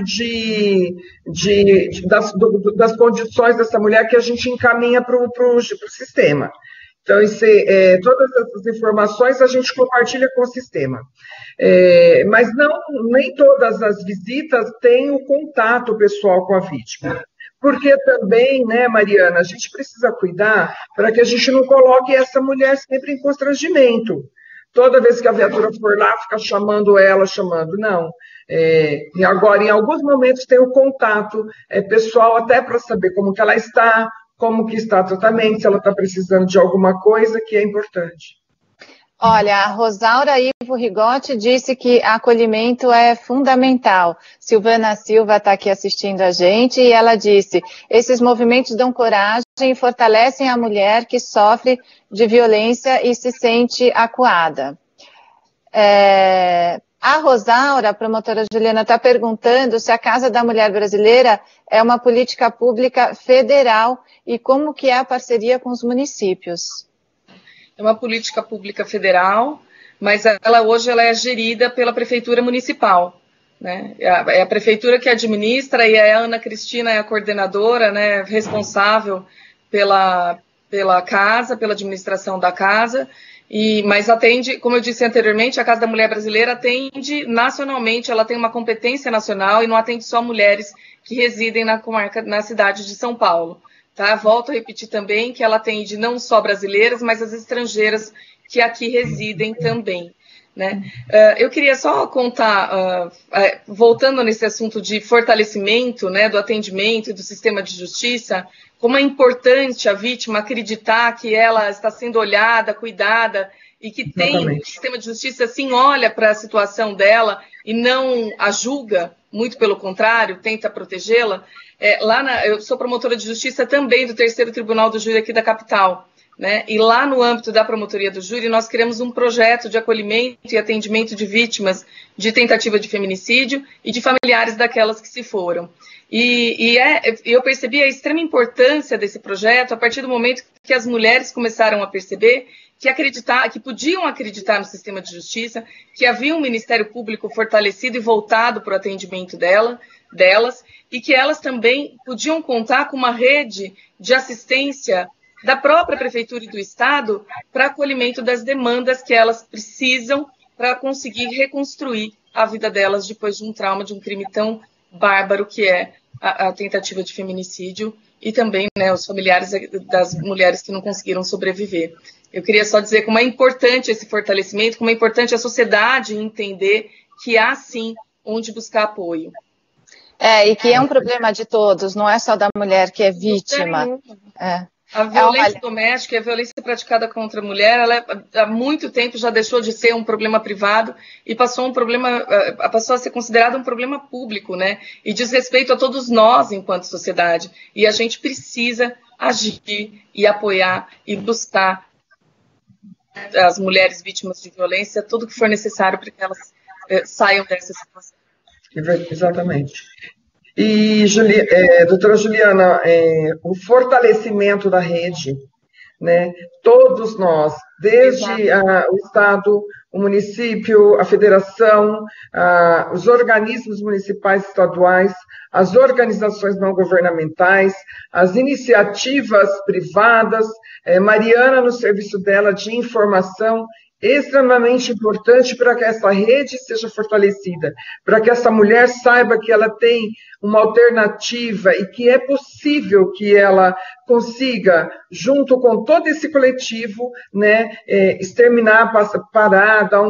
das condições dessa mulher que a gente encaminha para o sistema. Então, todas essas informações a gente compartilha com o sistema. Mas nem todas as visitas têm o contato pessoal com a vítima. Porque também, né, Mariana, a gente precisa cuidar para que a gente não coloque essa mulher sempre em constrangimento. Toda vez que a viatura for lá, fica chamando ela, não. E agora, em alguns momentos, tem o contato pessoal até para saber como que ela está, como que está o tratamento, se ela está precisando de alguma coisa, que é importante. Olha, a Rosaura Ivo Rigotti disse que acolhimento é fundamental. Silvana Silva está aqui assistindo a gente e ela disse, esses movimentos dão coragem e fortalecem a mulher que sofre de violência e se sente acuada. A Rosaura, a promotora Juliana, está perguntando se a Casa da Mulher Brasileira é uma política pública federal e como que é a parceria com os municípios. É uma política pública federal, mas hoje ela é gerida pela Prefeitura Municipal. Né? É a Prefeitura que administra e a Ana Cristina é a coordenadora, né, responsável pela casa, pela administração da casa, mas atende, como eu disse anteriormente, a Casa da Mulher Brasileira atende nacionalmente, ela tem uma competência nacional e não atende só mulheres que residem na cidade de São Paulo. Tá? Volto a repetir também que ela atende não só brasileiras, mas as estrangeiras que aqui residem também. Né? Eu queria só contar, voltando nesse assunto de fortalecimento, né, do atendimento e do sistema de justiça, como é importante a vítima acreditar que ela está sendo olhada, cuidada, e que tem o sistema de justiça, sim, olha para a situação dela e não a julga, muito pelo contrário, tenta protegê-la. Eu sou promotora de justiça também do 3º Tribunal do Júri aqui da capital, né? E lá no âmbito da promotoria do júri nós criamos um projeto de acolhimento e atendimento de vítimas de tentativa de feminicídio e de familiares daquelas que se foram. Eu percebi a extrema importância desse projeto a partir do momento que as mulheres começaram a perceber que podiam acreditar no sistema de justiça, que havia um Ministério Público fortalecido e voltado para o atendimento delas, e que elas também podiam contar com uma rede de assistência da própria Prefeitura e do Estado para acolhimento das demandas que elas precisam para conseguir reconstruir a vida delas depois de um trauma, de um crime tão bárbaro que é a tentativa de feminicídio e também, né, os familiares das mulheres que não conseguiram sobreviver. Eu queria só dizer como é importante esse fortalecimento, como é importante a sociedade entender que há, sim, onde buscar apoio. E que é um problema de todos, não é só da mulher que é vítima. A violência doméstica e a violência praticada contra a mulher, ela há muito tempo já deixou de ser um problema privado e passou a ser considerado um problema público, né? E diz respeito a todos nós enquanto sociedade. E a gente precisa agir e apoiar e buscar as mulheres vítimas de violência tudo que for necessário para que elas saiam dessa situação. Exatamente. E, doutora Juliana, o fortalecimento da rede, né? Todos nós, desde o Estado, o município, a federação, os organismos municipais e estaduais, as organizações não governamentais, as iniciativas privadas, Mariana, no serviço dela de informação, extremamente importante para que essa rede seja fortalecida, para que essa mulher saiba que ela tem uma alternativa e que é possível que ela consiga, junto com todo esse coletivo, né, exterminar, parar, dar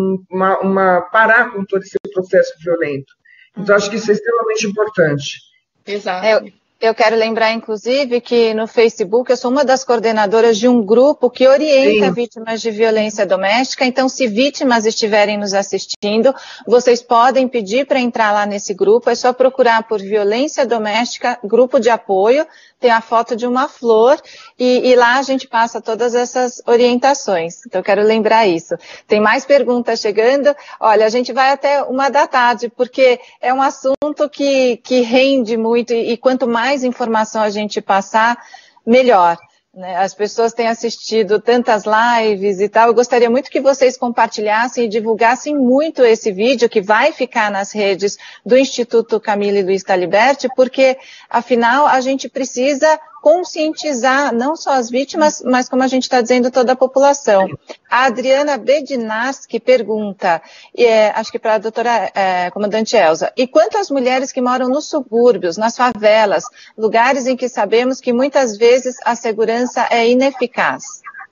parar com todo esse processo violento. Então, acho que isso é extremamente importante. Exato. Eu quero lembrar, inclusive, que no Facebook eu sou uma das coordenadoras de um grupo que orienta vítimas de violência doméstica. Então, se vítimas estiverem nos assistindo, vocês podem pedir para entrar lá nesse grupo. É só procurar por violência doméstica, grupo de apoio, tem a foto de uma flor e lá a gente passa todas essas orientações. Então, eu quero lembrar isso. Tem mais perguntas chegando. Olha, a gente vai até 1h da tarde, porque é um assunto que rende muito e quanto mais informação a gente passar, melhor. Né? As pessoas têm assistido tantas lives e tal. Eu gostaria muito que vocês compartilhassem e divulgassem muito esse vídeo que vai ficar nas redes do Instituto Camila e Luiz Taliberti, porque, afinal, a gente precisa conscientizar não só as vítimas, mas, como a gente está dizendo, toda a população. A Adriana Bedinarski pergunta, acho que para a doutora comandante Elza, e quanto às mulheres que moram nos subúrbios, nas favelas, lugares em que sabemos que muitas vezes a segurança é ineficaz?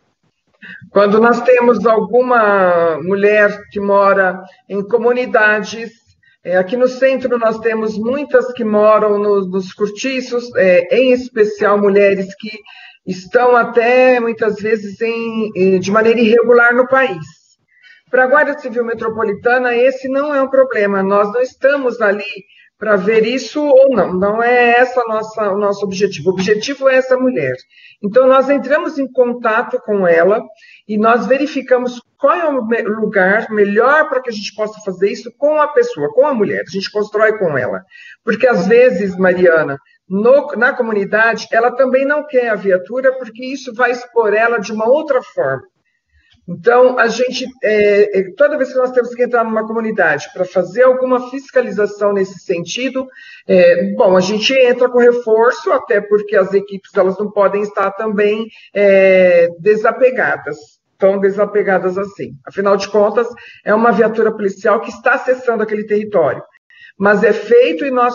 Quando nós temos alguma mulher que mora em comunidades, aqui no centro nós temos muitas que moram nos cortiços, em especial mulheres que estão até muitas vezes de maneira irregular no país. Para a Guarda Civil Metropolitana, esse não é um problema, nós não estamos ali para ver isso ou não, não é esse o nosso objetivo, o objetivo é essa mulher. Então, nós entramos em contato com ela e nós verificamos qual é o lugar melhor para que a gente possa fazer isso com a pessoa, com a mulher, a gente constrói com ela. Porque, às vezes, Mariana, na comunidade, ela também não quer a viatura, porque isso vai expor ela de uma outra forma. Então, a gente, toda vez que nós temos que entrar numa comunidade para fazer alguma fiscalização nesse sentido, bom, a gente entra com reforço, até porque as equipes elas não podem estar também desapegadas, tão desapegadas assim. Afinal de contas, é uma viatura policial que está acessando aquele território. Mas é feito e nós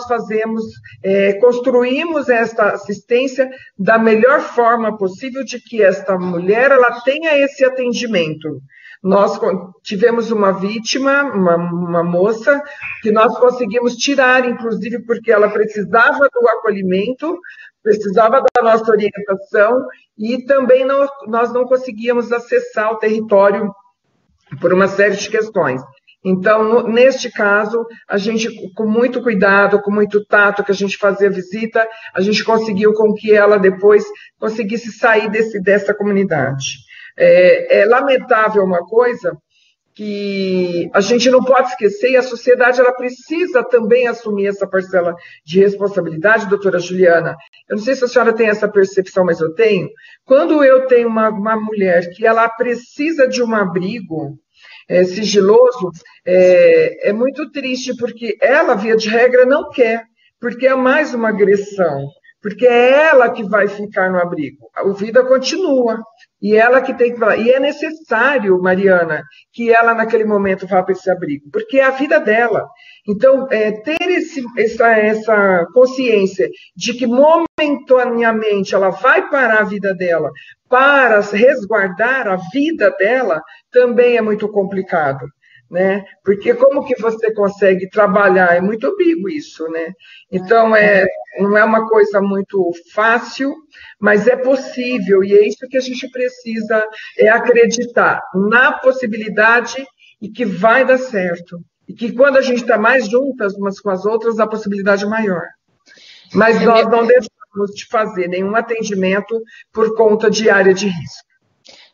construímos esta assistência da melhor forma possível de que esta mulher ela tenha esse atendimento. Nós tivemos uma vítima, uma moça, que nós conseguimos tirar, inclusive porque ela precisava do acolhimento, precisava da nossa orientação e também nós não conseguíamos acessar o território por uma série de questões. Então, neste caso, a gente, com muito cuidado, com muito tato, que a gente fazia visita, a gente conseguiu com que ela depois conseguisse sair dessa comunidade. É lamentável uma coisa que a gente não pode esquecer, e a sociedade ela precisa também assumir essa parcela de responsabilidade, doutora Juliana. Eu não sei se a senhora tem essa percepção, mas eu tenho. Quando eu tenho uma mulher que ela precisa de um abrigo, sigiloso, é muito triste, porque ela, via de regra, não quer, porque é mais uma agressão, porque é ela que vai ficar no abrigo. A vida continua, e ela que tem que falar. E é necessário, Mariana, que ela, naquele momento, vá para esse abrigo, porque é a vida dela. Então, ter essa consciência de que, momentaneamente, ela vai parar a vida dela para resguardar a vida dela, também é muito complicado, né? Porque como que você consegue trabalhar? É muito ambíguo isso, né? Então, não é uma coisa muito fácil, mas é possível, e é isso que a gente precisa acreditar na possibilidade e que vai dar certo. E que quando a gente está mais juntas umas com as outras, a possibilidade é maior. Mas nós não devemos de fazer nenhum atendimento por conta de área de risco.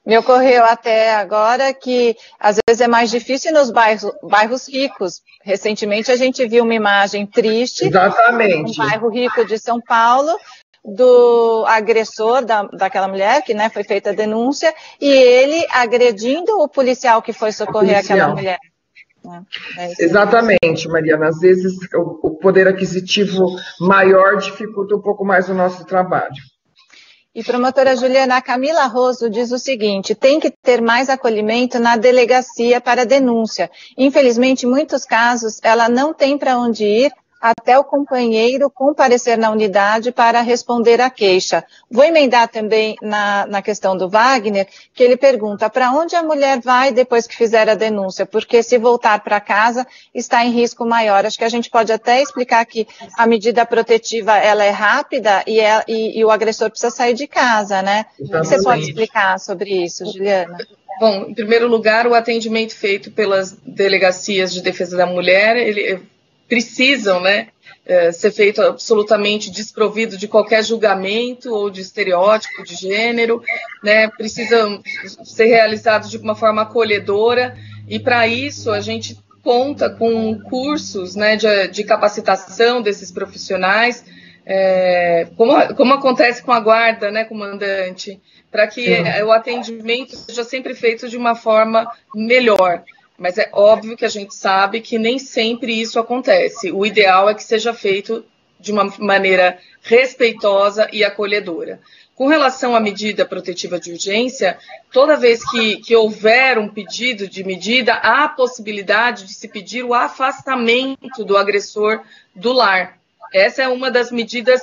Me ocorreu até agora que às vezes é mais difícil nos bairros ricos. Recentemente a gente viu uma imagem triste, Exatamente. um bairro rico de São Paulo, do agressor daquela mulher, que, né, foi feita a denúncia, e ele agredindo o policial que foi socorrer aquela mulher. Exatamente, Mariana. Às vezes o poder aquisitivo maior dificulta um pouco mais o nosso trabalho. E promotora Juliana, a Camila Rosso diz o seguinte: tem que ter mais acolhimento na delegacia para denúncia. Infelizmente, em muitos casos, ela não tem para onde ir até o companheiro comparecer na unidade para responder à queixa. Vou emendar também na questão do Wagner, que ele pergunta para onde a mulher vai depois que fizer a denúncia, porque se voltar para casa está em risco maior. Acho que a gente pode até explicar que a medida protetiva ela é rápida e o agressor precisa sair de casa, né? O que você pode explicar sobre isso, Juliana? Bom, em primeiro lugar, o atendimento feito pelas delegacias de defesa da mulher, precisam, né, ser feito absolutamente desprovido de qualquer julgamento ou de estereótipo de gênero, né, precisam ser realizados de uma forma acolhedora, e para isso a gente conta com cursos, né, de capacitação desses profissionais, como acontece com a guarda, né, comandante, para que o atendimento seja sempre feito de uma forma melhor. Mas é óbvio que a gente sabe que nem sempre isso acontece. O ideal é que seja feito de uma maneira respeitosa e acolhedora. Com relação à medida protetiva de urgência, toda vez que houver um pedido de medida, há a possibilidade de se pedir o afastamento do agressor do lar. Essa é uma das medidas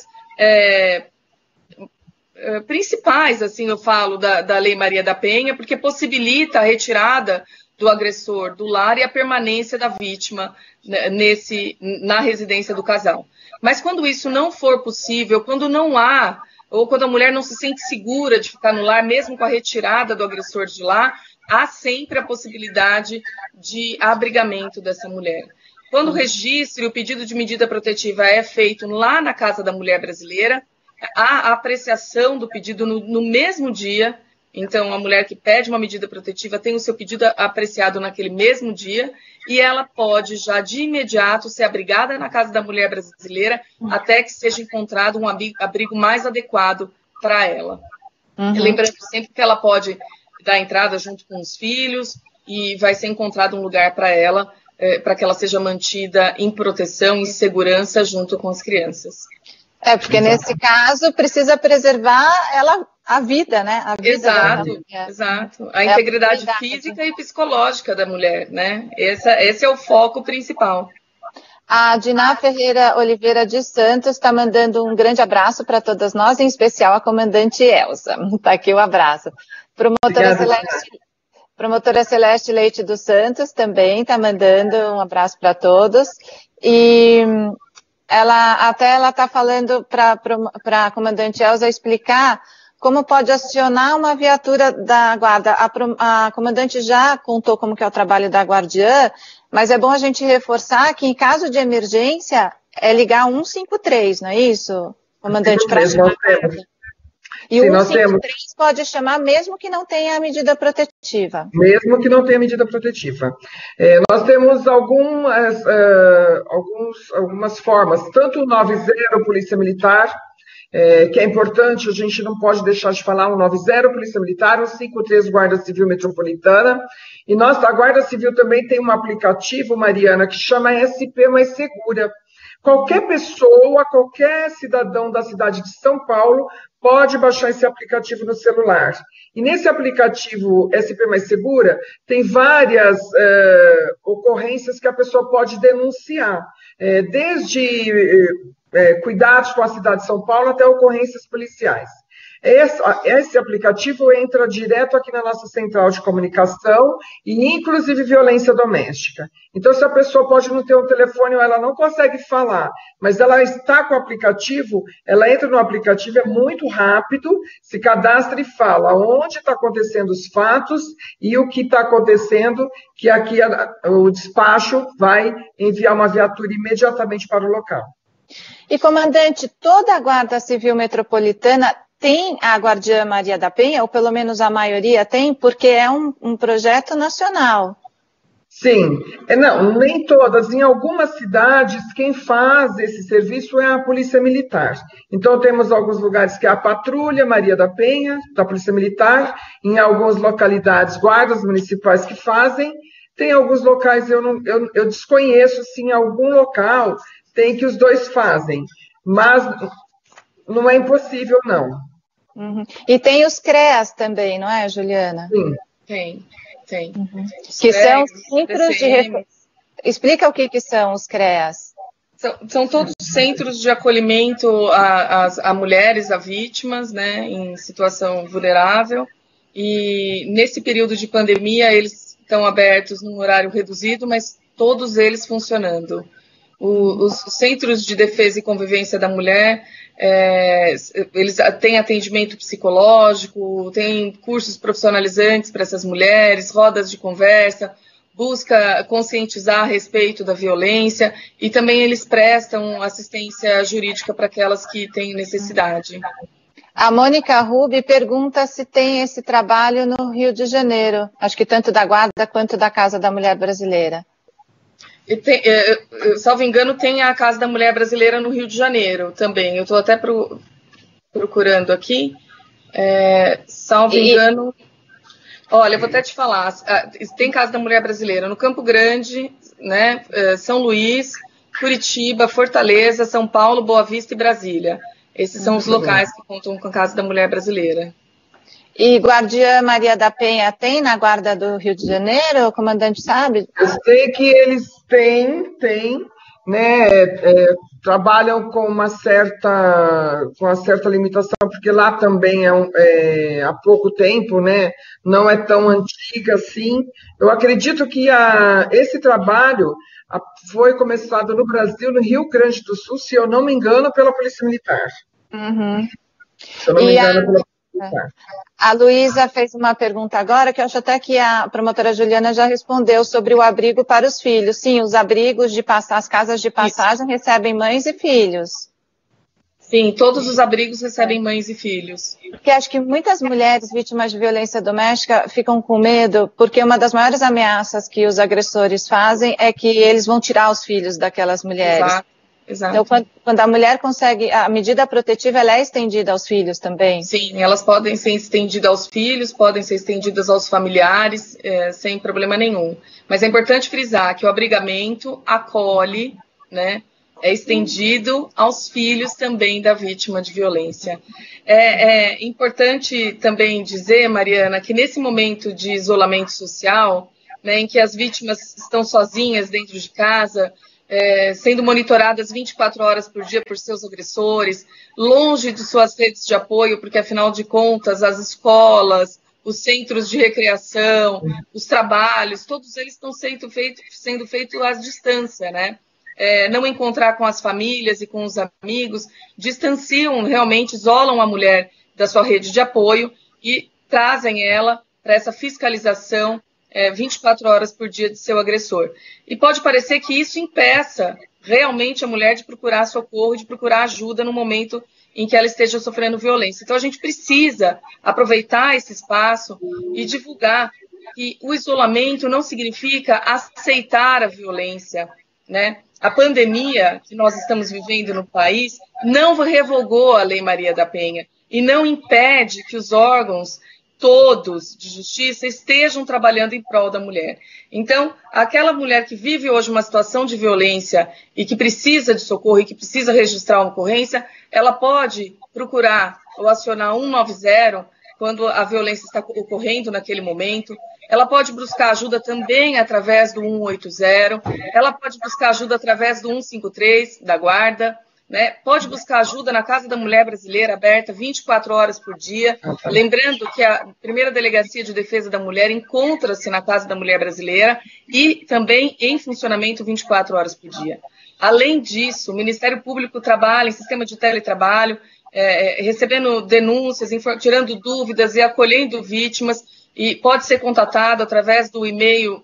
principais, assim eu falo, da Lei Maria da Penha, porque possibilita a retirada do agressor do lar e a permanência da vítima na residência do casal. Mas quando isso não for possível, quando não há, ou quando a mulher não se sente segura de ficar no lar, mesmo com a retirada do agressor de lá, há sempre a possibilidade de abrigamento dessa mulher. Quando o registro e o pedido de medida protetiva é feito lá na Casa da Mulher Brasileira, há a apreciação do pedido no mesmo dia. Então, a mulher que pede uma medida protetiva tem o seu pedido apreciado naquele mesmo dia e ela pode já de imediato ser abrigada na Casa da Mulher Brasileira até que seja encontrado um abrigo mais adequado para ela. Lembrando sempre que ela pode dar entrada junto com os filhos e vai ser encontrado um lugar para ela, para que ela seja mantida em proteção e segurança junto com as crianças. Porque nesse caso precisa preservar a vida, né? A vida exato. A integridade física e psicológica da mulher, né? Esse é o foco principal. A Diná Ferreira Oliveira de Santos está mandando um grande abraço para todas nós, em especial a comandante Elza. Está aqui o abraço. Promotora Celeste Leite dos Santos também está mandando um abraço para todos. E ela está falando para a comandante Elza explicar como pode acionar uma viatura da guarda. A comandante já contou como que é o trabalho da guardiã, mas é bom a gente reforçar que em caso de emergência é ligar 153, não é isso, comandante? E o 153 pode chamar mesmo que não tenha a medida protetiva. Mesmo que não tenha medida protetiva. Nós temos algumas formas, tanto o 90 Polícia Militar, que é importante, a gente não pode deixar de falar, o 90 Polícia Militar, o 53 Guarda Civil Metropolitana, e a Guarda Civil também tem um aplicativo, Mariana, que chama SP Mais Segura. Qualquer pessoa, qualquer cidadão da cidade de São Paulo pode baixar esse aplicativo no celular. E nesse aplicativo SP Mais Segura, tem várias ocorrências que a pessoa pode denunciar, desde cuidados com a cidade de São Paulo até ocorrências policiais. Esse aplicativo entra direto aqui na nossa central de comunicação e, inclusive, violência doméstica. Então, se a pessoa pode não ter um telefone ou ela não consegue falar, mas ela está com o aplicativo, ela entra no aplicativo, é muito rápido, se cadastra e fala onde está acontecendo os fatos e o que está acontecendo, que aqui o despacho vai enviar uma viatura imediatamente para o local. E, comandante, toda a Guarda Civil Metropolitana tem a Guardiã Maria da Penha, ou pelo menos a maioria tem, porque é um projeto nacional. Sim, não, nem todas. Em algumas cidades, quem faz esse serviço é a Polícia Militar. Então, temos alguns lugares que é a Patrulha Maria da Penha, da Polícia Militar, em algumas localidades, guardas municipais que fazem. Tem alguns locais, eu desconheço se em algum local tem que os dois fazem, mas não é impossível, não. Uhum. E tem os CREAS também, não é, Juliana? Sim. Tem. Uhum. Que são centros de... Explica o que são os CREAS. São todos centros de acolhimento a mulheres, a vítimas, né, em situação vulnerável. E nesse período de pandemia, eles estão abertos num horário reduzido, mas todos eles funcionando. Os centros de defesa e convivência da mulher, eles têm atendimento psicológico, têm cursos profissionalizantes para essas mulheres, rodas de conversa, busca conscientizar a respeito da violência e também eles prestam assistência jurídica para aquelas que têm necessidade. A Mônica Rubi pergunta se tem esse trabalho no Rio de Janeiro, acho que tanto da Guarda quanto da Casa da Mulher Brasileira. Salvo engano, tem a Casa da Mulher Brasileira no Rio de Janeiro também. Eu estou até procurando aqui. Salvo engano... Olha, eu vou até te falar. Tem Casa da Mulher Brasileira no Campo Grande, né, São Luís, Curitiba, Fortaleza, São Paulo, Boa Vista e Brasília. Esses são os locais que contam com a Casa da Mulher Brasileira. E Guardiã Maria da Penha tem na Guarda do Rio de Janeiro? O comandante sabe? Eu sei que eles têm, né, trabalham com uma certa limitação, porque lá também há pouco tempo, né, não é tão antiga assim. Eu acredito que esse trabalho foi começado no Brasil, no Rio Grande do Sul, se eu não me engano, pela Polícia Militar. Uhum. Se eu não me engano, pela Polícia Militar. A Luísa fez uma pergunta agora, que eu acho até que a promotora Juliana já respondeu, sobre o abrigo para os filhos. Sim, os abrigos as casas de passagem recebem mães e filhos. Sim, todos os abrigos recebem mães e filhos. Porque acho que muitas mulheres vítimas de violência doméstica ficam com medo, porque uma das maiores ameaças que os agressores fazem é que eles vão tirar os filhos daquelas mulheres. Exato. Então, quando a mulher consegue, a medida protetiva, ela é estendida aos filhos também? Sim, elas podem ser estendidas aos filhos, podem ser estendidas aos familiares, sem problema nenhum. Mas é importante frisar que o abrigamento acolhe, né, é estendido aos filhos também da vítima de violência. É importante também dizer, Mariana, que nesse momento de isolamento social, né, em que as vítimas estão sozinhas dentro de casa, sendo monitoradas 24 horas por dia por seus agressores, longe de suas redes de apoio, porque, afinal de contas, as escolas, os centros de recreação, os trabalhos, todos eles estão sendo feitos à distância, né? Não encontrar com as famílias e com os amigos, distanciam, realmente isolam a mulher da sua rede de apoio e trazem ela para essa fiscalização 24 horas por dia de seu agressor. E pode parecer que isso impeça realmente a mulher de procurar socorro, de procurar ajuda no momento em que ela esteja sofrendo violência. Então, a gente precisa aproveitar esse espaço e divulgar que o isolamento não significa aceitar a violência, né? A pandemia que nós estamos vivendo no país não revogou a Lei Maria da Penha e não impede que os órgãos todos de justiça estejam trabalhando em prol da mulher. Então, aquela mulher que vive hoje uma situação de violência e que precisa de socorro e que precisa registrar uma ocorrência, ela pode procurar ou acionar 190 quando a violência está ocorrendo naquele momento. Ela pode buscar ajuda também através do 180, ela pode buscar ajuda através do 153 da Guarda, né? Pode buscar ajuda na Casa da Mulher Brasileira, aberta 24 horas por dia. Lembrando que a primeira Delegacia de Defesa da Mulher encontra-se na Casa da Mulher Brasileira e também em funcionamento 24 horas por dia. Além disso, o Ministério Público trabalha em sistema de teletrabalho, recebendo denúncias, tirando dúvidas e acolhendo vítimas, e pode ser contatado através do e-mail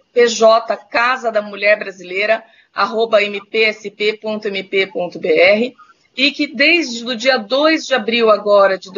PJ Casa da Mulher Brasileira, @mpsp.mp.br. e que desde o dia 2 de abril agora de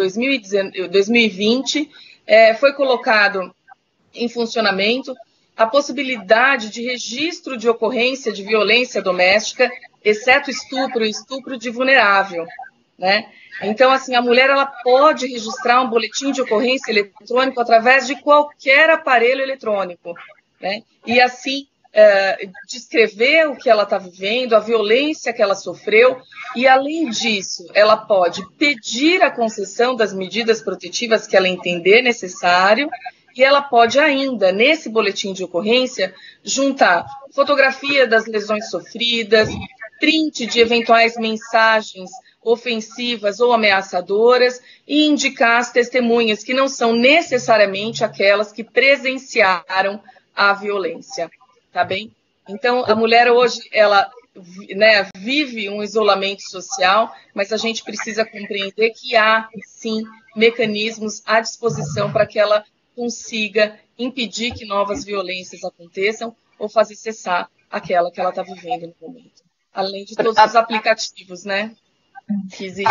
2020 foi colocado em funcionamento a possibilidade de registro de ocorrência de violência doméstica, exceto estupro e estupro de vulnerável, né? Então, assim, a mulher ela pode registrar um boletim de ocorrência eletrônico através de qualquer aparelho eletrônico, né? E assim descrever o que ela está vivendo, a violência que ela sofreu, e além disso, ela pode pedir a concessão das medidas protetivas que ela entender necessário, e ela pode ainda, nesse boletim de ocorrência, juntar fotografia das lesões sofridas, print de eventuais mensagens ofensivas ou ameaçadoras e indicar as testemunhas que não são necessariamente aquelas que presenciaram a violência, tá bem? Então, a mulher hoje, ela vive um isolamento social, mas a gente precisa compreender que há, sim, mecanismos à disposição para que ela consiga impedir que novas violências aconteçam ou fazer cessar aquela que ela está vivendo no momento. Além de todos os aplicativos, né? Que existem.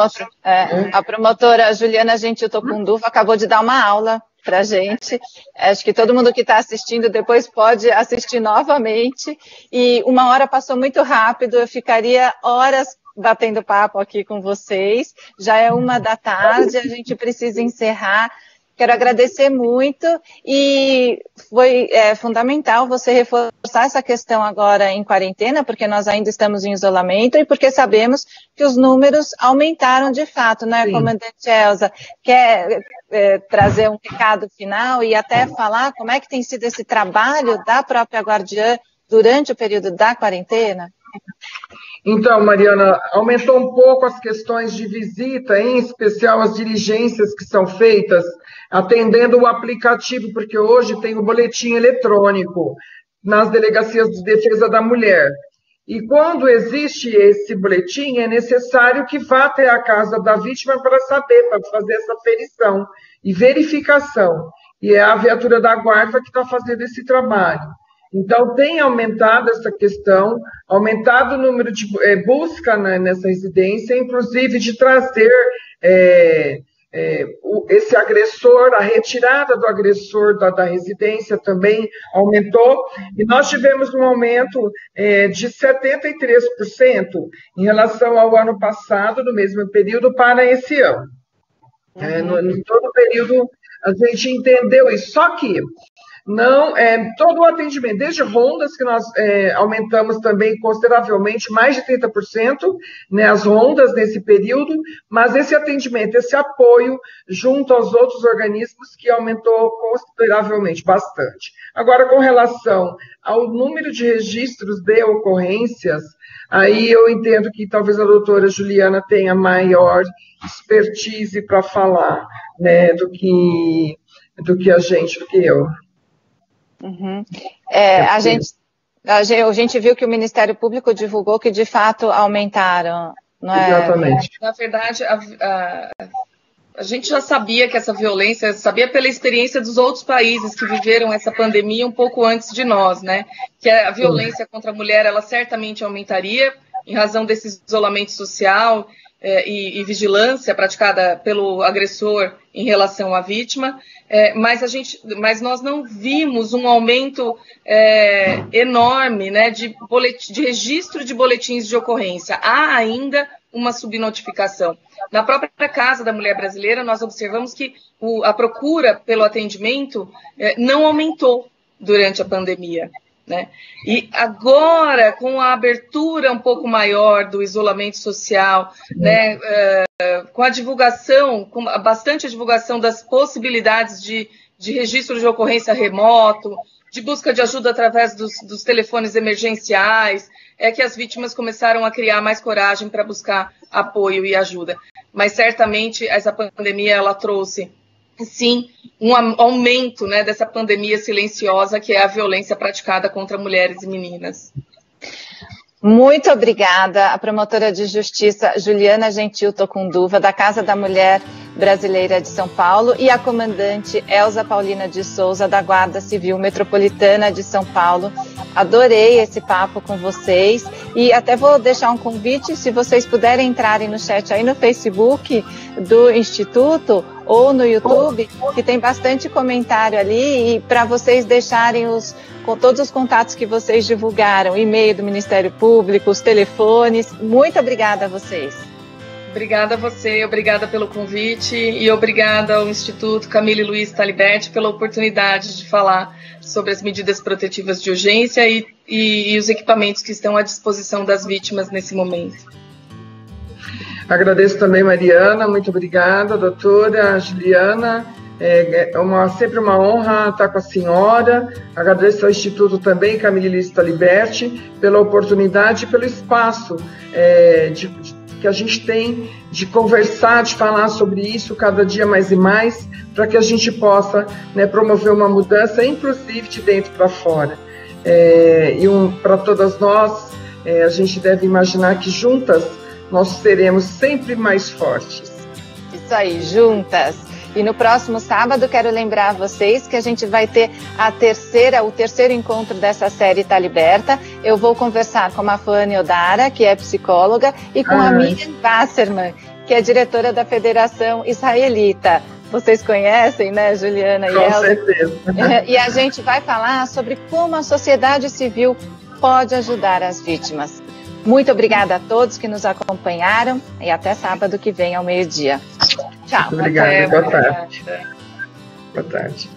A promotora Juliana Gentil Tocunduva acabou de dar uma aula para a gente. Acho que todo mundo que está assistindo depois pode assistir novamente. E 1 hora passou muito rápido, eu ficaria horas batendo papo aqui com vocês. Já é 1h, a gente precisa encerrar. Quero agradecer muito e foi fundamental você reforçar essa questão agora em quarentena, porque nós ainda estamos em isolamento e porque sabemos que os números aumentaram de fato, né, comandante Elza? Quer trazer um recado final e até falar como é que tem sido esse trabalho da própria Guardiã durante o período da quarentena? Então, Mariana, aumentou um pouco as questões de visita, em especial as diligências que são feitas atendendo o aplicativo, porque hoje tem o boletim eletrônico nas delegacias de defesa da mulher. E quando existe esse boletim, é necessário que vá até a casa da vítima para saber, para fazer essa aferição e verificação. E é a viatura da guarda que está fazendo esse trabalho. Então, tem aumentado essa questão, aumentado o número de busca nessa residência, inclusive de trazer esse agressor, a retirada do agressor da residência também aumentou, e nós tivemos um aumento de 73% em relação ao ano passado, no mesmo período, para esse ano. Em todo o período, a gente entendeu isso, só que não, todo o atendimento, desde rondas, que nós aumentamos também consideravelmente, mais de 30%, né, as rondas nesse período, mas esse atendimento, esse apoio junto aos outros organismos que aumentou consideravelmente, bastante. Agora, com relação ao número de registros de ocorrências, aí eu entendo que talvez a doutora Juliana tenha maior expertise para falar, né, do que eu. Uhum. A gente viu que o Ministério Público divulgou que de fato aumentaram, não é? Exatamente. Na verdade, a gente já sabia que essa violência, sabia pela experiência dos outros países que viveram essa pandemia um pouco antes de nós, né? Que a violência contra a mulher, ela certamente aumentaria em razão desse isolamento social e vigilância praticada pelo agressor em relação à vítima, mas nós não vimos um aumento enorme, né, de registro de boletins de ocorrência. Há ainda uma subnotificação. Na própria Casa da Mulher Brasileira, nós observamos que a procura pelo atendimento não aumentou durante a pandemia, né? E agora, com a abertura um pouco maior do isolamento social, né, com a divulgação, com bastante divulgação das possibilidades de registro de ocorrência remoto, de busca de ajuda através dos telefones emergenciais, é que as vítimas começaram a criar mais coragem para buscar apoio e ajuda. Mas certamente essa pandemia ela trouxe, sim, um aumento, né, dessa pandemia silenciosa que é a violência praticada contra mulheres e meninas. Muito obrigada, a promotora de justiça Juliana Gentil Tocunduva, da Casa da Mulher Brasileira de São Paulo, e a comandante Elza Paulina de Souza, da Guarda Civil Metropolitana de São Paulo. Adorei esse papo com vocês E até vou deixar um convite, se vocês puderem entrarem no chat aí no Facebook do Instituto ou no YouTube, que tem bastante comentário ali, e para vocês deixarem com todos os contatos que vocês divulgaram, e-mail do Ministério Público, os telefones. Muito obrigada a vocês. Obrigada a você, obrigada pelo convite e obrigada ao Instituto Camila e Luiz Taliberti pela oportunidade de falar sobre as medidas protetivas de urgência e os equipamentos que estão à disposição das vítimas nesse momento. Agradeço também, Mariana, muito obrigada, doutora Juliana. É sempre uma honra estar com a senhora. Agradeço ao Instituto também, Camila e Luiz Taliberti, pela oportunidade e pelo espaço que a gente tem de conversar, de falar sobre isso cada dia mais e mais, para que a gente possa, né, promover uma mudança, inclusive de dentro para fora. Para todas nós, a gente deve imaginar que juntas nós seremos sempre mais fortes. Isso aí, juntas. E no próximo sábado, quero lembrar a vocês que a gente vai ter o terceiro encontro dessa série Tá Liberta. Eu vou conversar com a Fanny Odara, que é psicóloga, e com a Miriam Wasserman, que é diretora da Federação Israelita. Vocês conhecem, né, Juliana e Elza? Com certeza. E a gente vai falar sobre como a sociedade civil pode ajudar as vítimas. Muito obrigada a todos que nos acompanharam e até sábado que vem ao meio-dia. Tchau. Muito obrigada. Boa tarde. Boa tarde.